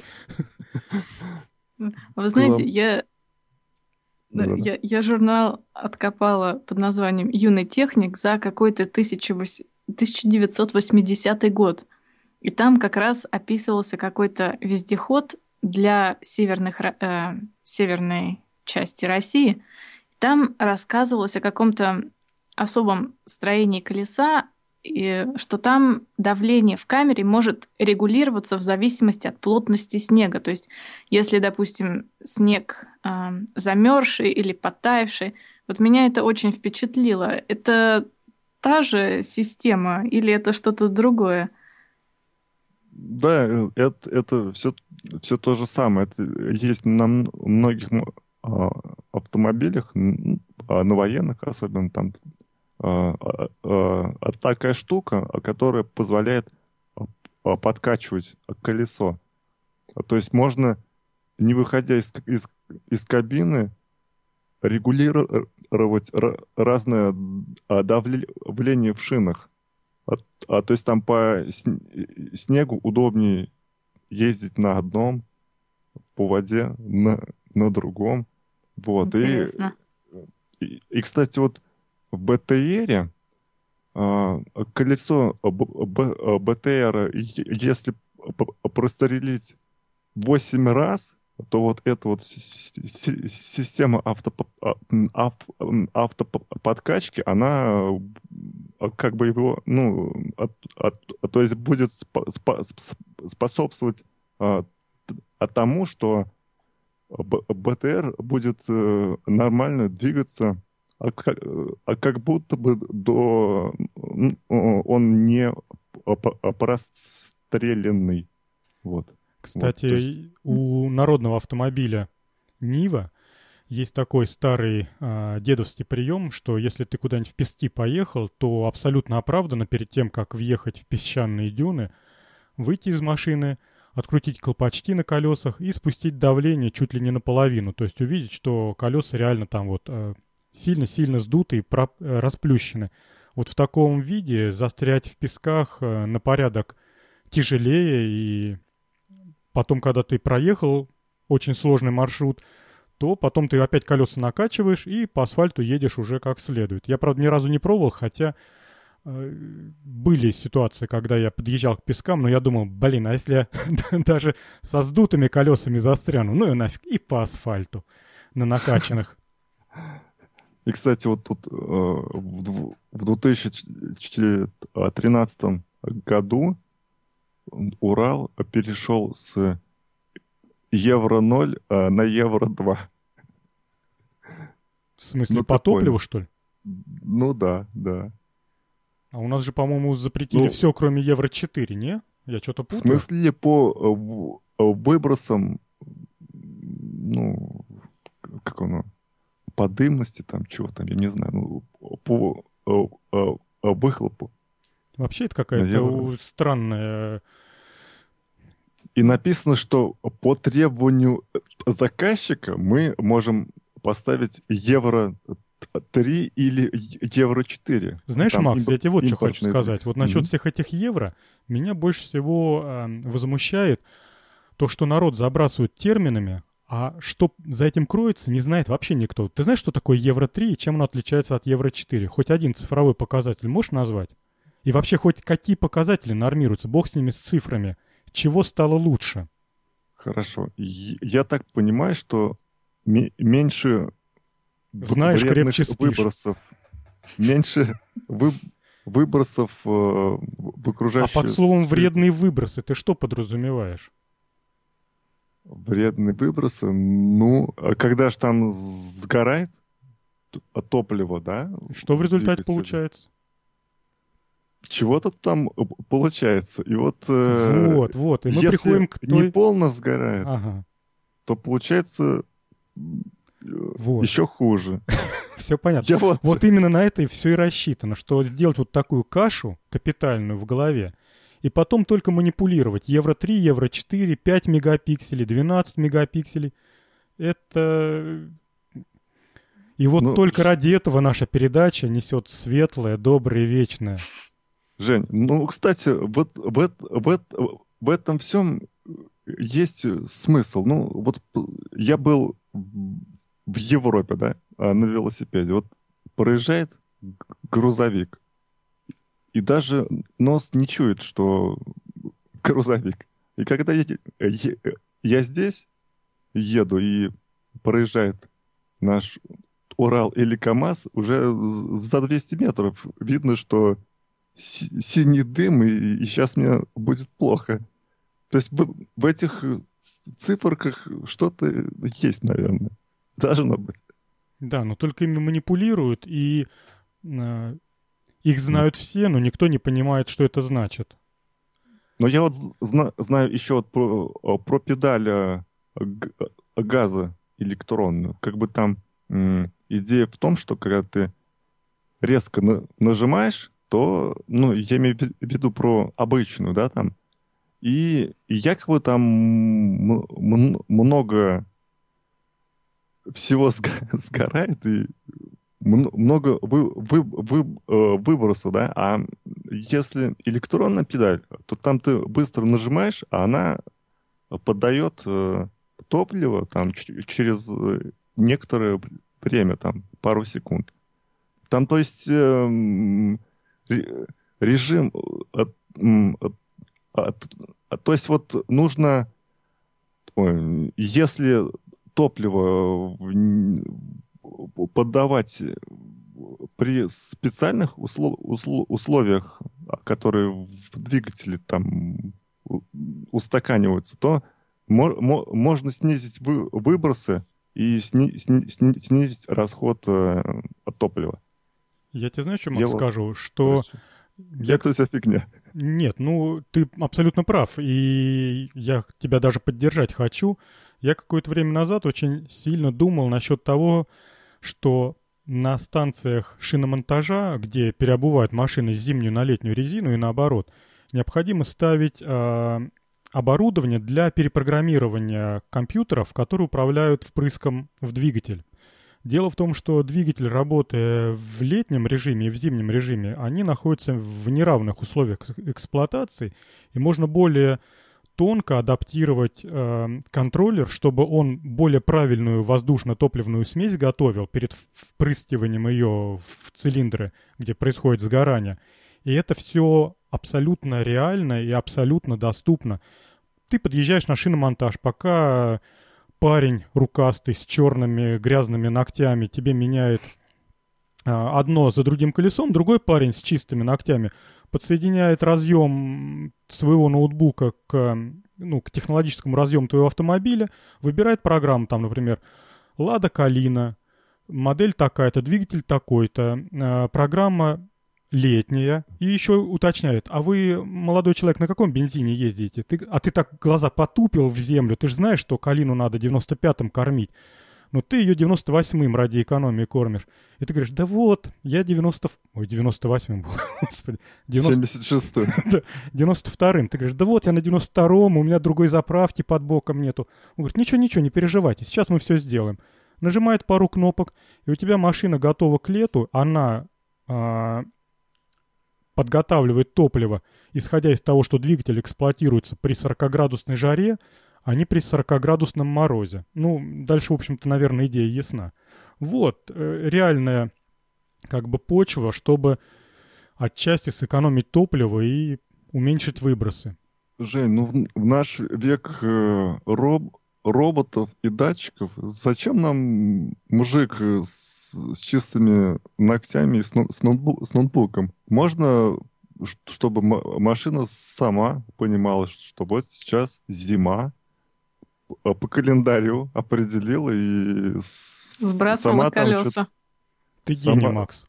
Вы знаете, Глам... я... Да, я, я журнал откопала под названием «Юный техник» за какой-то тысяча девятьсот восьмидесятый год. И там как раз описывался какой-то вездеход для северных, э, северной части России. Там рассказывалось о каком-то особом строении колеса, и что там давление в камере может регулироваться в зависимости от плотности снега. То есть, если, допустим, снег э, замерзший или подтаявший, вот меня это очень впечатлило. Это та же система или это что-то другое? Да, это, это все, все то же самое. Это есть на многих а, автомобилях, а, на военных особенно там. А, а, а, такая штука, которая позволяет подкачивать колесо. То есть можно, не выходя из, из, из кабины, регулировать разное давление в шинах. А, а, то есть там по снегу удобнее ездить на одном, по воде на, на другом. Вот. Интересно. И, и, и, кстати, вот в БТРе а, колесо БТРа, если прострелить восемь раз, то вот эта вот система автоп... автоподкачки, она как бы его, ну, от, от, то есть будет спо- спо- способствовать а, тому, что БТР будет э, нормально двигаться, а как, а как будто бы до, он не простреленный. Вот. Кстати, вот, есть... у народного автомобиля Нива есть такой старый э, дедовский прием, что если ты куда-нибудь в пески поехал, то абсолютно оправданно перед тем, как въехать в песчаные дюны, выйти из машины, открутить колпачки на колесах и спустить давление чуть ли не наполовину. То есть увидеть, что колеса реально там вот э, сильно-сильно сдуты и про, э, расплющены. Вот в таком виде застрять в песках э, на порядок тяжелее, и потом, когда ты проехал очень сложный маршрут, то потом ты опять колеса накачиваешь и по асфальту едешь уже как следует. Я, правда, ни разу не пробовал, хотя э, были ситуации, когда я подъезжал к пескам, но я думал, блин, а если я даже со сдутыми колесами застряну, ну и нафиг, и по асфальту на накачанных. И, кстати, вот тут э, в, в две тысячи тринадцатом году Урал перешел с евро ноль а, на евро два. В смысле, ну, по топливу, что ли? Ну да, да. А у нас же, по-моему, запретили ну, все, кроме евро четыре, не? Я что-то путаю. В смысле, по в, выбросам, ну, как оно, по дымности там, чего там, я не знаю, ну, по а, а, выхлопу. Вообще это какая-то странная... И написано, что по требованию заказчика мы можем поставить евро три или евро четыре. Знаешь, там Макс, имп... я тебе вот что хочу сказать. Духи. Вот насчет mm-hmm. всех этих евро, меня больше всего э, возмущает то, что народ забрасывает терминами, а что за этим кроется, не знает вообще никто. Ты знаешь, что такое евро три и чем оно отличается от евро четыре? Хоть один цифровой показатель можешь назвать? И вообще хоть какие показатели нормируются? Бог с ними, с цифрами. Чего стало лучше? Хорошо. Я так понимаю, что м- меньше Знаешь, вредных крепче спишь. выбросов, меньше вы- выбросов э, в окружающую... А под словом «вредные выбросы» ты что подразумеваешь? Вредные выбросы? Ну, когда же там сгорает топливо, да? Что в результате получается? Чего-то там получается. И вот, вот, вот. И мы если приходим к той... не полно сгорает, ага. то получается вот. Еще хуже. Все понятно. Вот... вот именно на это и все и рассчитано, что сделать вот такую кашу капитальную в голове и потом только манипулировать. Евро три, Евро четыре, пять мегапикселей, двенадцать мегапикселей. Это... И вот ну, только ради этого наша передача несет светлое, доброе, вечное. Жень, ну, кстати, вот в, в, в этом всем есть смысл. Ну, вот я был в Европе, да, на велосипеде. Вот проезжает грузовик. И даже нос не чует, что грузовик. И когда я, я, я здесь еду и проезжает наш Урал или КамАЗ, уже за двести метров видно, что си- синий дым, и, и сейчас мне будет плохо. То есть в, в этих циферках что-то есть, наверное. Должно быть. Да, но только ими манипулируют, и э, их знают все, но никто не понимает, что это значит. Но я вот зна- знаю еще вот про, про педаль г- газа электронную. Как бы там м- идея в том, что когда ты резко на- нажимаешь, то, ну, я имею в виду про обычную, да, там, и, и якобы там м- м- много всего сго- сгорает, и много вы, вы, вы, э, выброса, да, а если электронная педаль, то там ты быстро нажимаешь, а она поддает э, топливо там ч- через некоторое время, там, пару секунд. Там, то есть, э, режим, э, э, э, то есть вот нужно, ой, если топливо поддавать при специальных услов, услов, условиях, которые в двигателе там устаканиваются, то мо, мо, можно снизить вы, выбросы и сни, сни, сни, снизить расход э, топлива. Я тебе знаю, что, Макс, Я скажу, что... Я... Это вся фигня. Нет, ну, ты абсолютно прав, и я тебя даже поддержать хочу. Я какое-то время назад очень сильно думал насчет того, что на станциях шиномонтажа, где переобувают машины с зимнюю на летнюю резину и наоборот, необходимо ставить э, оборудование для перепрограммирования компьютеров, которые управляют впрыском в двигатель. Дело в том, что двигатель, работая в летнем режиме и в зимнем режиме, они находятся в неравных условиях эксплуатации, и можно более тонко адаптировать э, контроллер, чтобы он более правильную воздушно-топливную смесь готовил перед впрыскиванием ее в цилиндры, где происходит сгорание. И это все абсолютно реально и абсолютно доступно. Ты подъезжаешь на шиномонтаж, пока парень рукастый с черными грязными ногтями тебе меняет э, одно за другим колесом, другой парень с чистыми ногтями подсоединяет разъем своего ноутбука к, ну, к технологическому разъему твоего автомобиля, выбирает программу, там, например, Lada Kalina, модель такая-то, двигатель такой-то, э, программа летняя, и еще уточняет, а вы, молодой человек, на каком бензине ездите? Ты, а ты так глаза потупил в землю, ты же знаешь, что Калину надо девяносто пятым кормить. Но ты ее девяносто восьмым ради экономии кормишь. И ты говоришь, да вот, я девяносто... Ой, девяносто восьмым был, господи. девяносто... семьдесят шестым. Да, девяносто вторым. Ты говоришь, да вот, я на девяносто втором, у меня другой заправки под боком нету. Он говорит, ничего-ничего, не переживайте, сейчас мы все сделаем. Нажимает пару кнопок, и у тебя машина готова к лету, она а, подготавливает топливо, исходя из того, что двигатель эксплуатируется при сорокаградусной жаре, а не при сорокаградусном морозе. Ну, дальше, в общем-то, наверное, идея ясна. Вот, э, реальная, как бы, почва, чтобы отчасти сэкономить топливо и уменьшить выбросы. Жень, ну в, в наш век э, роб, роботов и датчиков, зачем нам мужик с, с чистыми ногтями и с, ноут, с, ноутбу, с ноутбуком? Можно, чтобы м- машина сама понимала, что вот сейчас зима, по календарю определила и сбрасывала сама колеса. Ты сама... гений, Макс.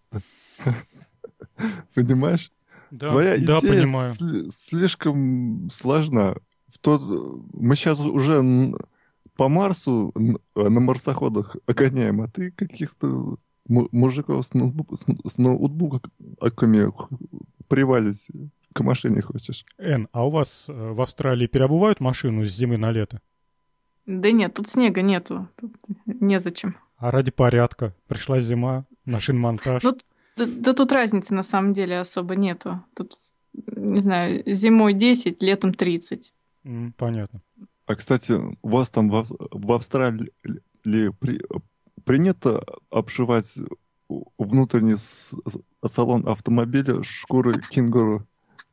Понимаешь? Да, Твоя да, идея понимаю. сли- слишком сложна. В тот... Мы сейчас уже н- по Марсу н- на марсоходах гоняем, а ты каких-то м- мужиков с, ноутбу- с, с ноутбуками привозить к машине хочешь. Эн, а у вас в Австралии переобувают машину с зимы на лето? Да нет, тут снега нету. Тут незачем. А ради порядка. Пришла зима, машин-монтаж. Ну, да, да тут разницы на самом деле особо нету. Тут, не знаю, зимой десять, летом тридцать. М, понятно. А, кстати, у вас там в, в Австралии при, принято обшивать внутренний салон автомобиля шкурой кенгуру?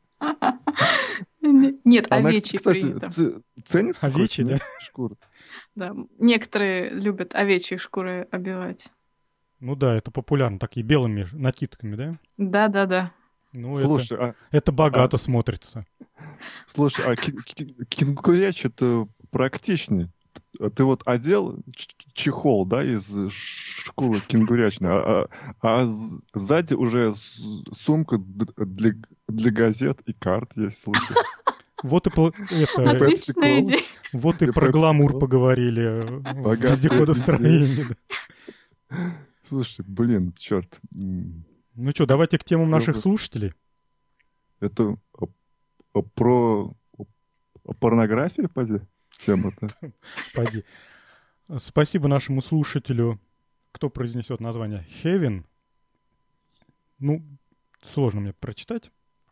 Нет, Она, овечьи кстати, принято. ц- ценится Овечьи, хоть, да? шкура? Да, некоторые любят овечьи шкуры обивать. Ну да, это популярно. Такие белыми ж- накидками, да? Да-да-да. Ну, Слушай, это, а, это богато смотрится. слушай, а ке- ке- кенгуряч это практичнее. Т- Ты вот одел ч- чехол, да, из шкуры кенгурячной, а, а- а з- сзади уже с- сумка д- для, для газет и карт есть, слушай. Вот и, пол- это, Отличная Pepsi-Cola. идея. вот и и про гламур Pepsi-Cola. поговорили э, в Богатые вездеходостроении. да. Слушай, блин, черт. Ну что, давайте к темам наших Добрый. слушателей. Это а, а, про а, порнографию, поди? Тема-то. Пойди. Спасибо нашему слушателю. Кто произнесет название? Хевин. Ну, сложно мне прочитать.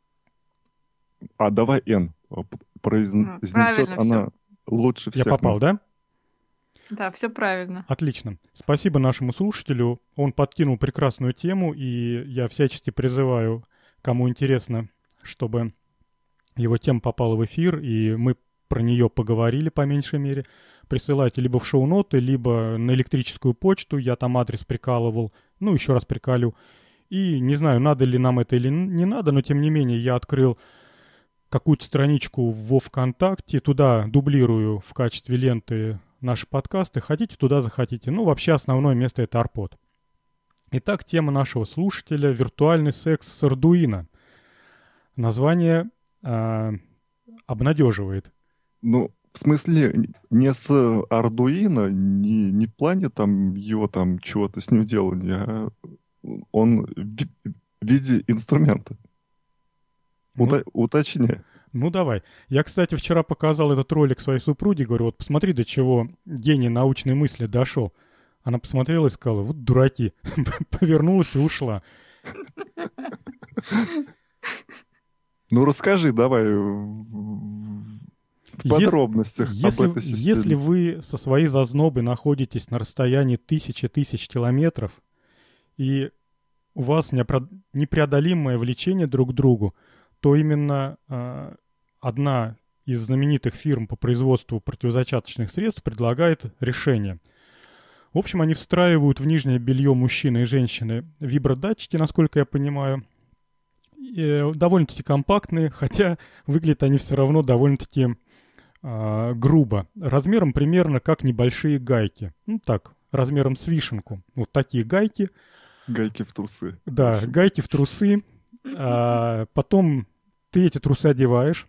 А давай Н. Произнесет правильно она лучше Я всех попал, нас. да? Да, все правильно. Отлично. Спасибо нашему слушателю. Он подкинул прекрасную тему, и я всячески призываю, кому интересно, чтобы его тема попала в эфир, и мы про нее поговорили по меньшей мере. Присылайте либо в шоу-ноты, либо на электрическую почту. Я там адрес прикалывал. Ну, еще раз приколю. И не знаю, надо ли нам это или не надо, но тем не менее я открыл какую-то страничку во ВКонтакте, туда дублирую в качестве ленты наши подкасты. Хотите, туда захотите. Ну, вообще основное место — это Арпод. Итак, тема нашего слушателя — виртуальный секс с Ардуино. Название э, обнадеживает. Ну, в смысле, не с Ардуино, не, не в плане там его там чего-то с ним делали, а он в ви- в виде инструмента. Ну, Ута- уточняй. ну, давай. Я, кстати, вчера показал этот ролик своей супруге. Говорю, вот посмотри, до чего гений научной мысли дошел. Она посмотрела и сказала, вот дураки. Повернулась и ушла. Ну, расскажи давай в в Ес- подробностях об Если, этой системе. если вы со своей зазнобой находитесь на расстоянии тысячи тысяч километров, и у вас неопро- непреодолимое влечение друг к другу, то именно э, одна из знаменитых фирм по производству противозачаточных средств предлагает решение. В общем, они встраивают в нижнее белье мужчины и женщины вибродатчики, насколько я понимаю. И, э, довольно-таки компактные, хотя выглядят они все равно довольно-таки э, грубо. Размером примерно как небольшие гайки. Ну так, размером с вишенку. Вот такие гайки. Гайки в трусы. Да, гайки в трусы. А, потом ты эти трусы одеваешь.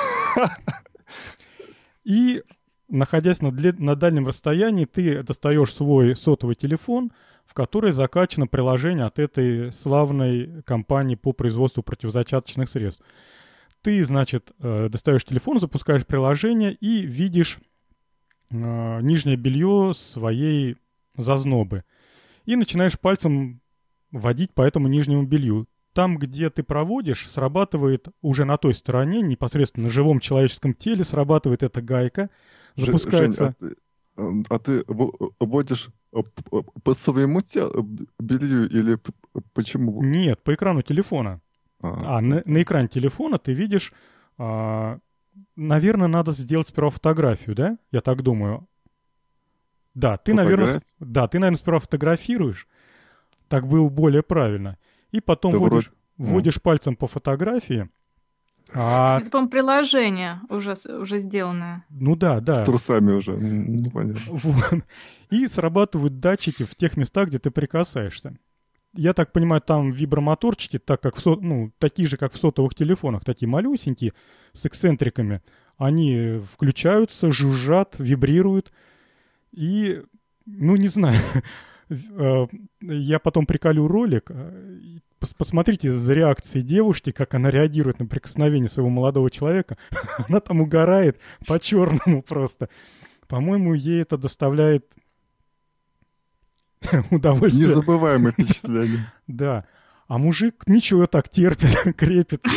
И, находясь на, дле- на дальнем расстоянии, ты достаешь свой сотовый телефон, в который закачано приложение от этой славной компании по производству противозачаточных средств. Ты, значит, э, достаешь телефон, запускаешь приложение и видишь э, нижнее белье своей зазнобы. И начинаешь пальцем водить по этому нижнему белью. Там, где ты проводишь, срабатывает уже на той стороне, непосредственно на живом человеческом теле, срабатывает эта гайка, Ж- запускается... Жень, а ты, а ты в- водишь э, п- по своему телу белью или п- почему? Нет, по экрану телефона. А, А, на, на экране телефона ты видишь... а, наверное, надо сделать сперва фотографию, да? Я так думаю. Да, ты, наверное, с- Фотограф- да, ты, наверное, сперва фотографируешь. Так было более правильно. И потом Да вводишь, вроде- вводишь пальцем по фотографии. А, Это, по-моему, приложение уже, с- уже сделанное. ну да, да. С трусами уже. М, Непонятно. Вот. И срабатывают датчики в тех местах, где ты прикасаешься. Я так понимаю, там вибромоторчики, так как в со- ну, такие же, как в сотовых телефонах, такие малюсенькие, с эксцентриками. Они включаются, жужжат, вибрируют. И, ну, не знаю, Я потом приколю ролик. Посмотрите за реакцией девушки, как она реагирует на прикосновение своего молодого человека. Она там угорает по-черному просто. По-моему, ей это доставляет удовольствие. Незабываемое впечатление. Да. А мужик ничего так терпит, крепится.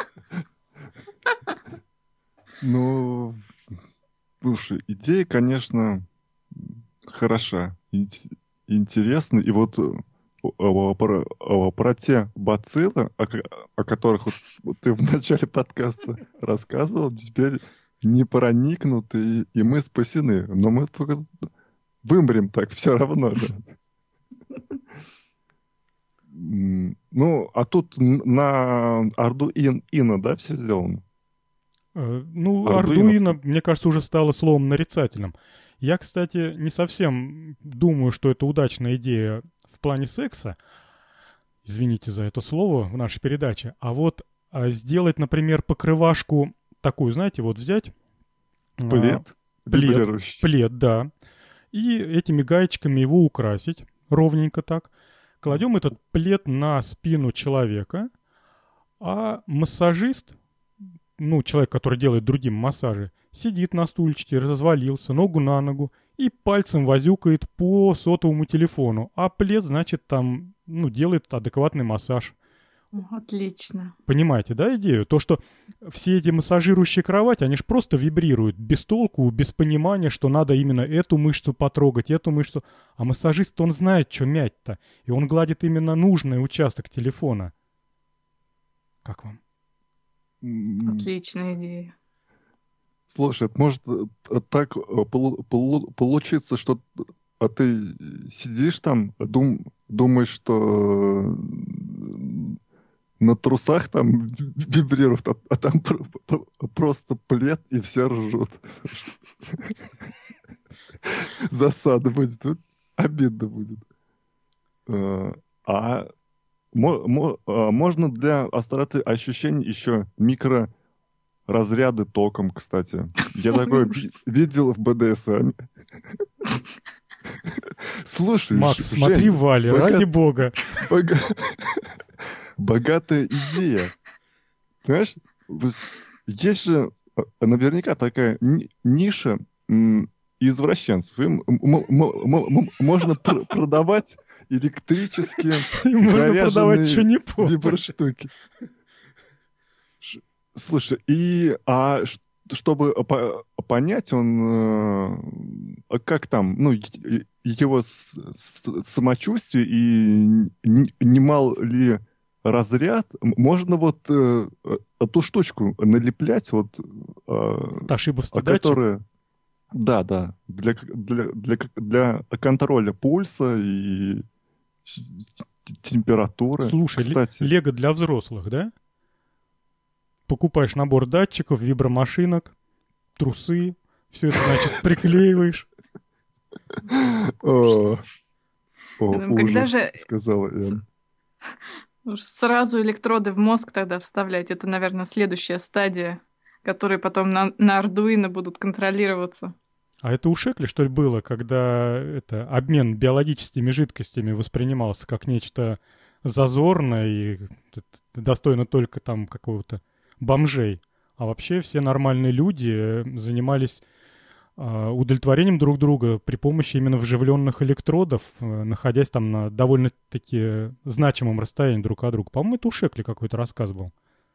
Ну, слушай, идея, конечно, хороша, интересна. И вот про, про те бациллы, о, о которых вот ты в начале подкаста рассказывал, теперь не проникнут, и, и мы спасены. Но мы только вымрем так все равно же. Ну, а тут на Arduino, да, все сделано? Ну, Arduino, Arduino, мне кажется, уже стало словом нарицательным. Я, кстати, не совсем думаю, что это удачная идея в плане секса. Извините за это слово в нашей передаче. А вот а сделать, например, покрывашку такую, знаете, вот взять... Плед? А, плед, плед, да. И этими гаечками его украсить ровненько так. Кладем этот плед на спину человека, а массажист, ну, человек, который делает другим массажи, сидит на стульчике, развалился, ногу на ногу, и пальцем возюкает по сотовому телефону. А плед, значит, там, ну, делает адекватный массаж. Отлично. Понимаете, да, идею? То, что все эти массажирующие кровати, они же просто вибрируют без толку, без понимания, что надо именно эту мышцу потрогать, эту мышцу. А массажист, он знает, что мять-то. И он гладит именно нужный участок телефона. Как вам? Отличная идея. Слушай, это может так получиться, что ты сидишь там, дум, думаешь, что на трусах там вибрирует, а, а там просто плед, и все ржут. Засада будет. Обидно будет. А можно для остроты ощущений еще микроразряды током, кстати. Я такое видел в бэ дэ эс эм. Слушай, Макс, смотри, Валя, ради бога. Богатая идея. Понимаешь, есть же наверняка такая ниша извращенцев. Им можно продавать электрические заряженные виброштуки. Слушай, и а чтобы понять, он как там, ну, его самочувствие и немал ли разряд, можно вот э, эту штучку налеплять, вот, э, Тошибовский которая, да, да, для, для, для, для контроля пульса и температуры. Слушай, кстати, лего для взрослых, да? Покупаешь набор датчиков, вибромашинок, трусы, все это, значит, приклеиваешь. О, ужас, сказала Энн. Сразу электроды в мозг тогда вставлять. Это, наверное, следующая стадия, которые потом на, на Arduino будут контролироваться. А это у Шекли, что ли, было, когда это, обмен биологическими жидкостями воспринимался как нечто зазорное и достойно только там какого-то бомжей? А вообще все нормальные люди занимались удовлетворением друг друга при помощи именно вживленных электродов, находясь там на довольно-таки значимом расстоянии друг от друга. По-моему, это у Шекли какой-то рассказ был.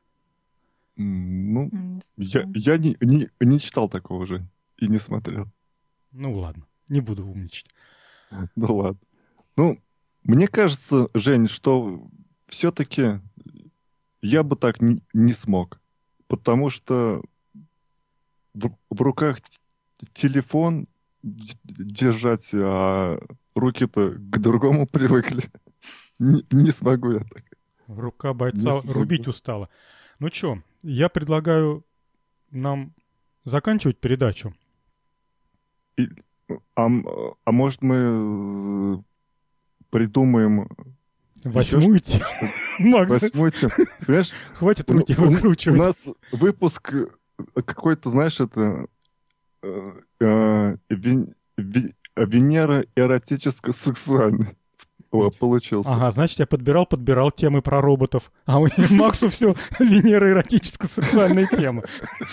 Ну, я, я не, не, не читал такого же и не смотрел. Ну ладно, не буду умничать. Ну ладно. Ну, мне кажется, Жень, что все-таки я бы так не, не смог. Потому что в, в руках телефон держать, а руки-то к другому привыкли. Не, не смогу я так. Рука бойца рубить устала. Ну чё, я предлагаю нам заканчивать передачу. И, а, а может мы придумаем... Восьмую тему. Восьмую тему. Понимаешь? Хватит руки выкручивать. У нас выпуск какой-то, знаешь, это... Венера эротическо-сексуальный получился. Ага, значит, я подбирал, подбирал темы про роботов, а у Максу все Венера эротическо-сексуальная тема.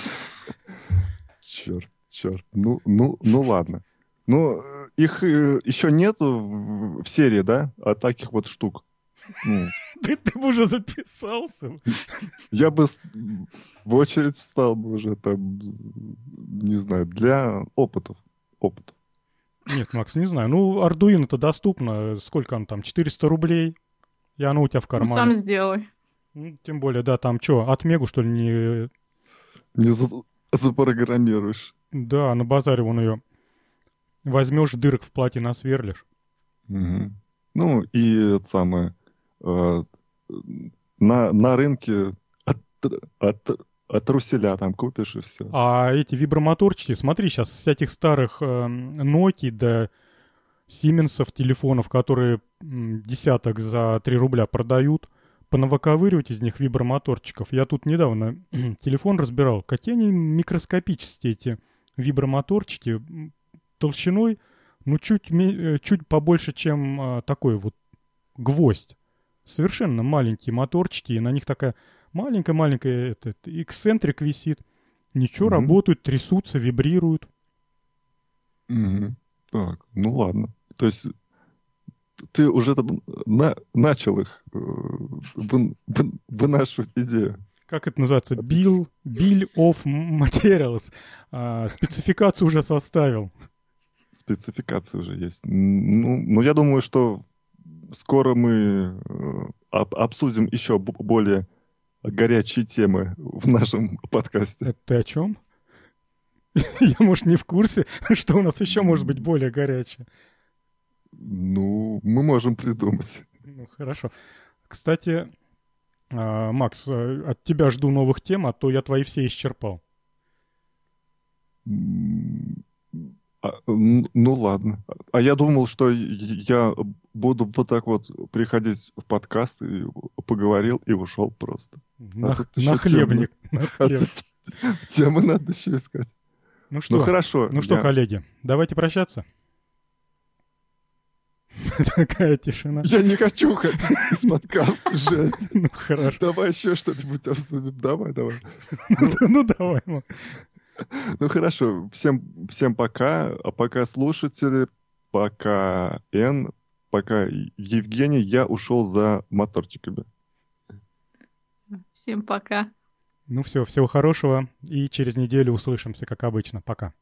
Черт, черт. Ну, ну, ну ладно. Ну, их еще нету в серии, да? А таких вот штук. Ну, ты, ты бы уже записался. Я бы в очередь встал бы уже там, не знаю, для опытов. опытов. Нет, Макс, не знаю. Ну, Arduino-то доступно. Сколько он там? четыреста рублей. И оно у тебя в кармане. Ну, сам сделай. Ну, тем более, да, там что, от Мегу, что ли, не... Не за... запрограммируешь. Да, на базаре вон ее возьмешь, дырок в платье насверлишь. Угу. Ну, и это самое... Э, на, на рынке от, от, от Руселя там купишь и все. А эти вибромоторчики, смотри, сейчас с этих старых э, Nokia да Сименсов телефонов, которые м, десяток за три рубля продают, понавыковыривать из них вибромоторчиков. Я тут недавно телефон разбирал. Какие они микроскопические, эти вибромоторчики, толщиной, ну, чуть, чуть побольше, чем а, такой вот гвоздь. Совершенно маленькие моторчики, и на них такая маленькая-маленькая этот, эксцентрик висит. Ничего, mm-hmm. работают, трясутся, вибрируют. Mm-hmm. Так, ну ладно. То есть ты уже там на, начал их э, вы, вы, вынашивать идею. Как это называется? Bill, Bill of Materials. А, спецификацию уже составил. Спецификация уже есть. Ну, ну, я думаю, что скоро мы об, обсудим еще более горячие темы в нашем подкасте. Это ты о чем? Я, может, не в курсе, что у нас еще может быть более горячее. Ну, мы можем придумать. Ну, хорошо. Кстати, Макс, от тебя жду новых тем, а то я твои все исчерпал. А, ну, ладно. А я думал, что я буду вот так вот приходить в подкаст и поговорил и ушел просто. На, а на хлебник. На хлеб. А темы надо еще искать. Ну что, ну, хорошо. Ну что, я... коллеги, давайте прощаться. Такая тишина. Я не хочу уходить из подкаста, Жень. Ну, хорошо. Давай еще что-нибудь обсудим. Давай, давай. Ну, давай. Ну, хорошо. Всем, всем пока. А пока слушатели, пока Н, пока Евгений, я ушел за моторчиками. Всем пока. Ну все, всего хорошего. И через неделю услышимся, как обычно. Пока.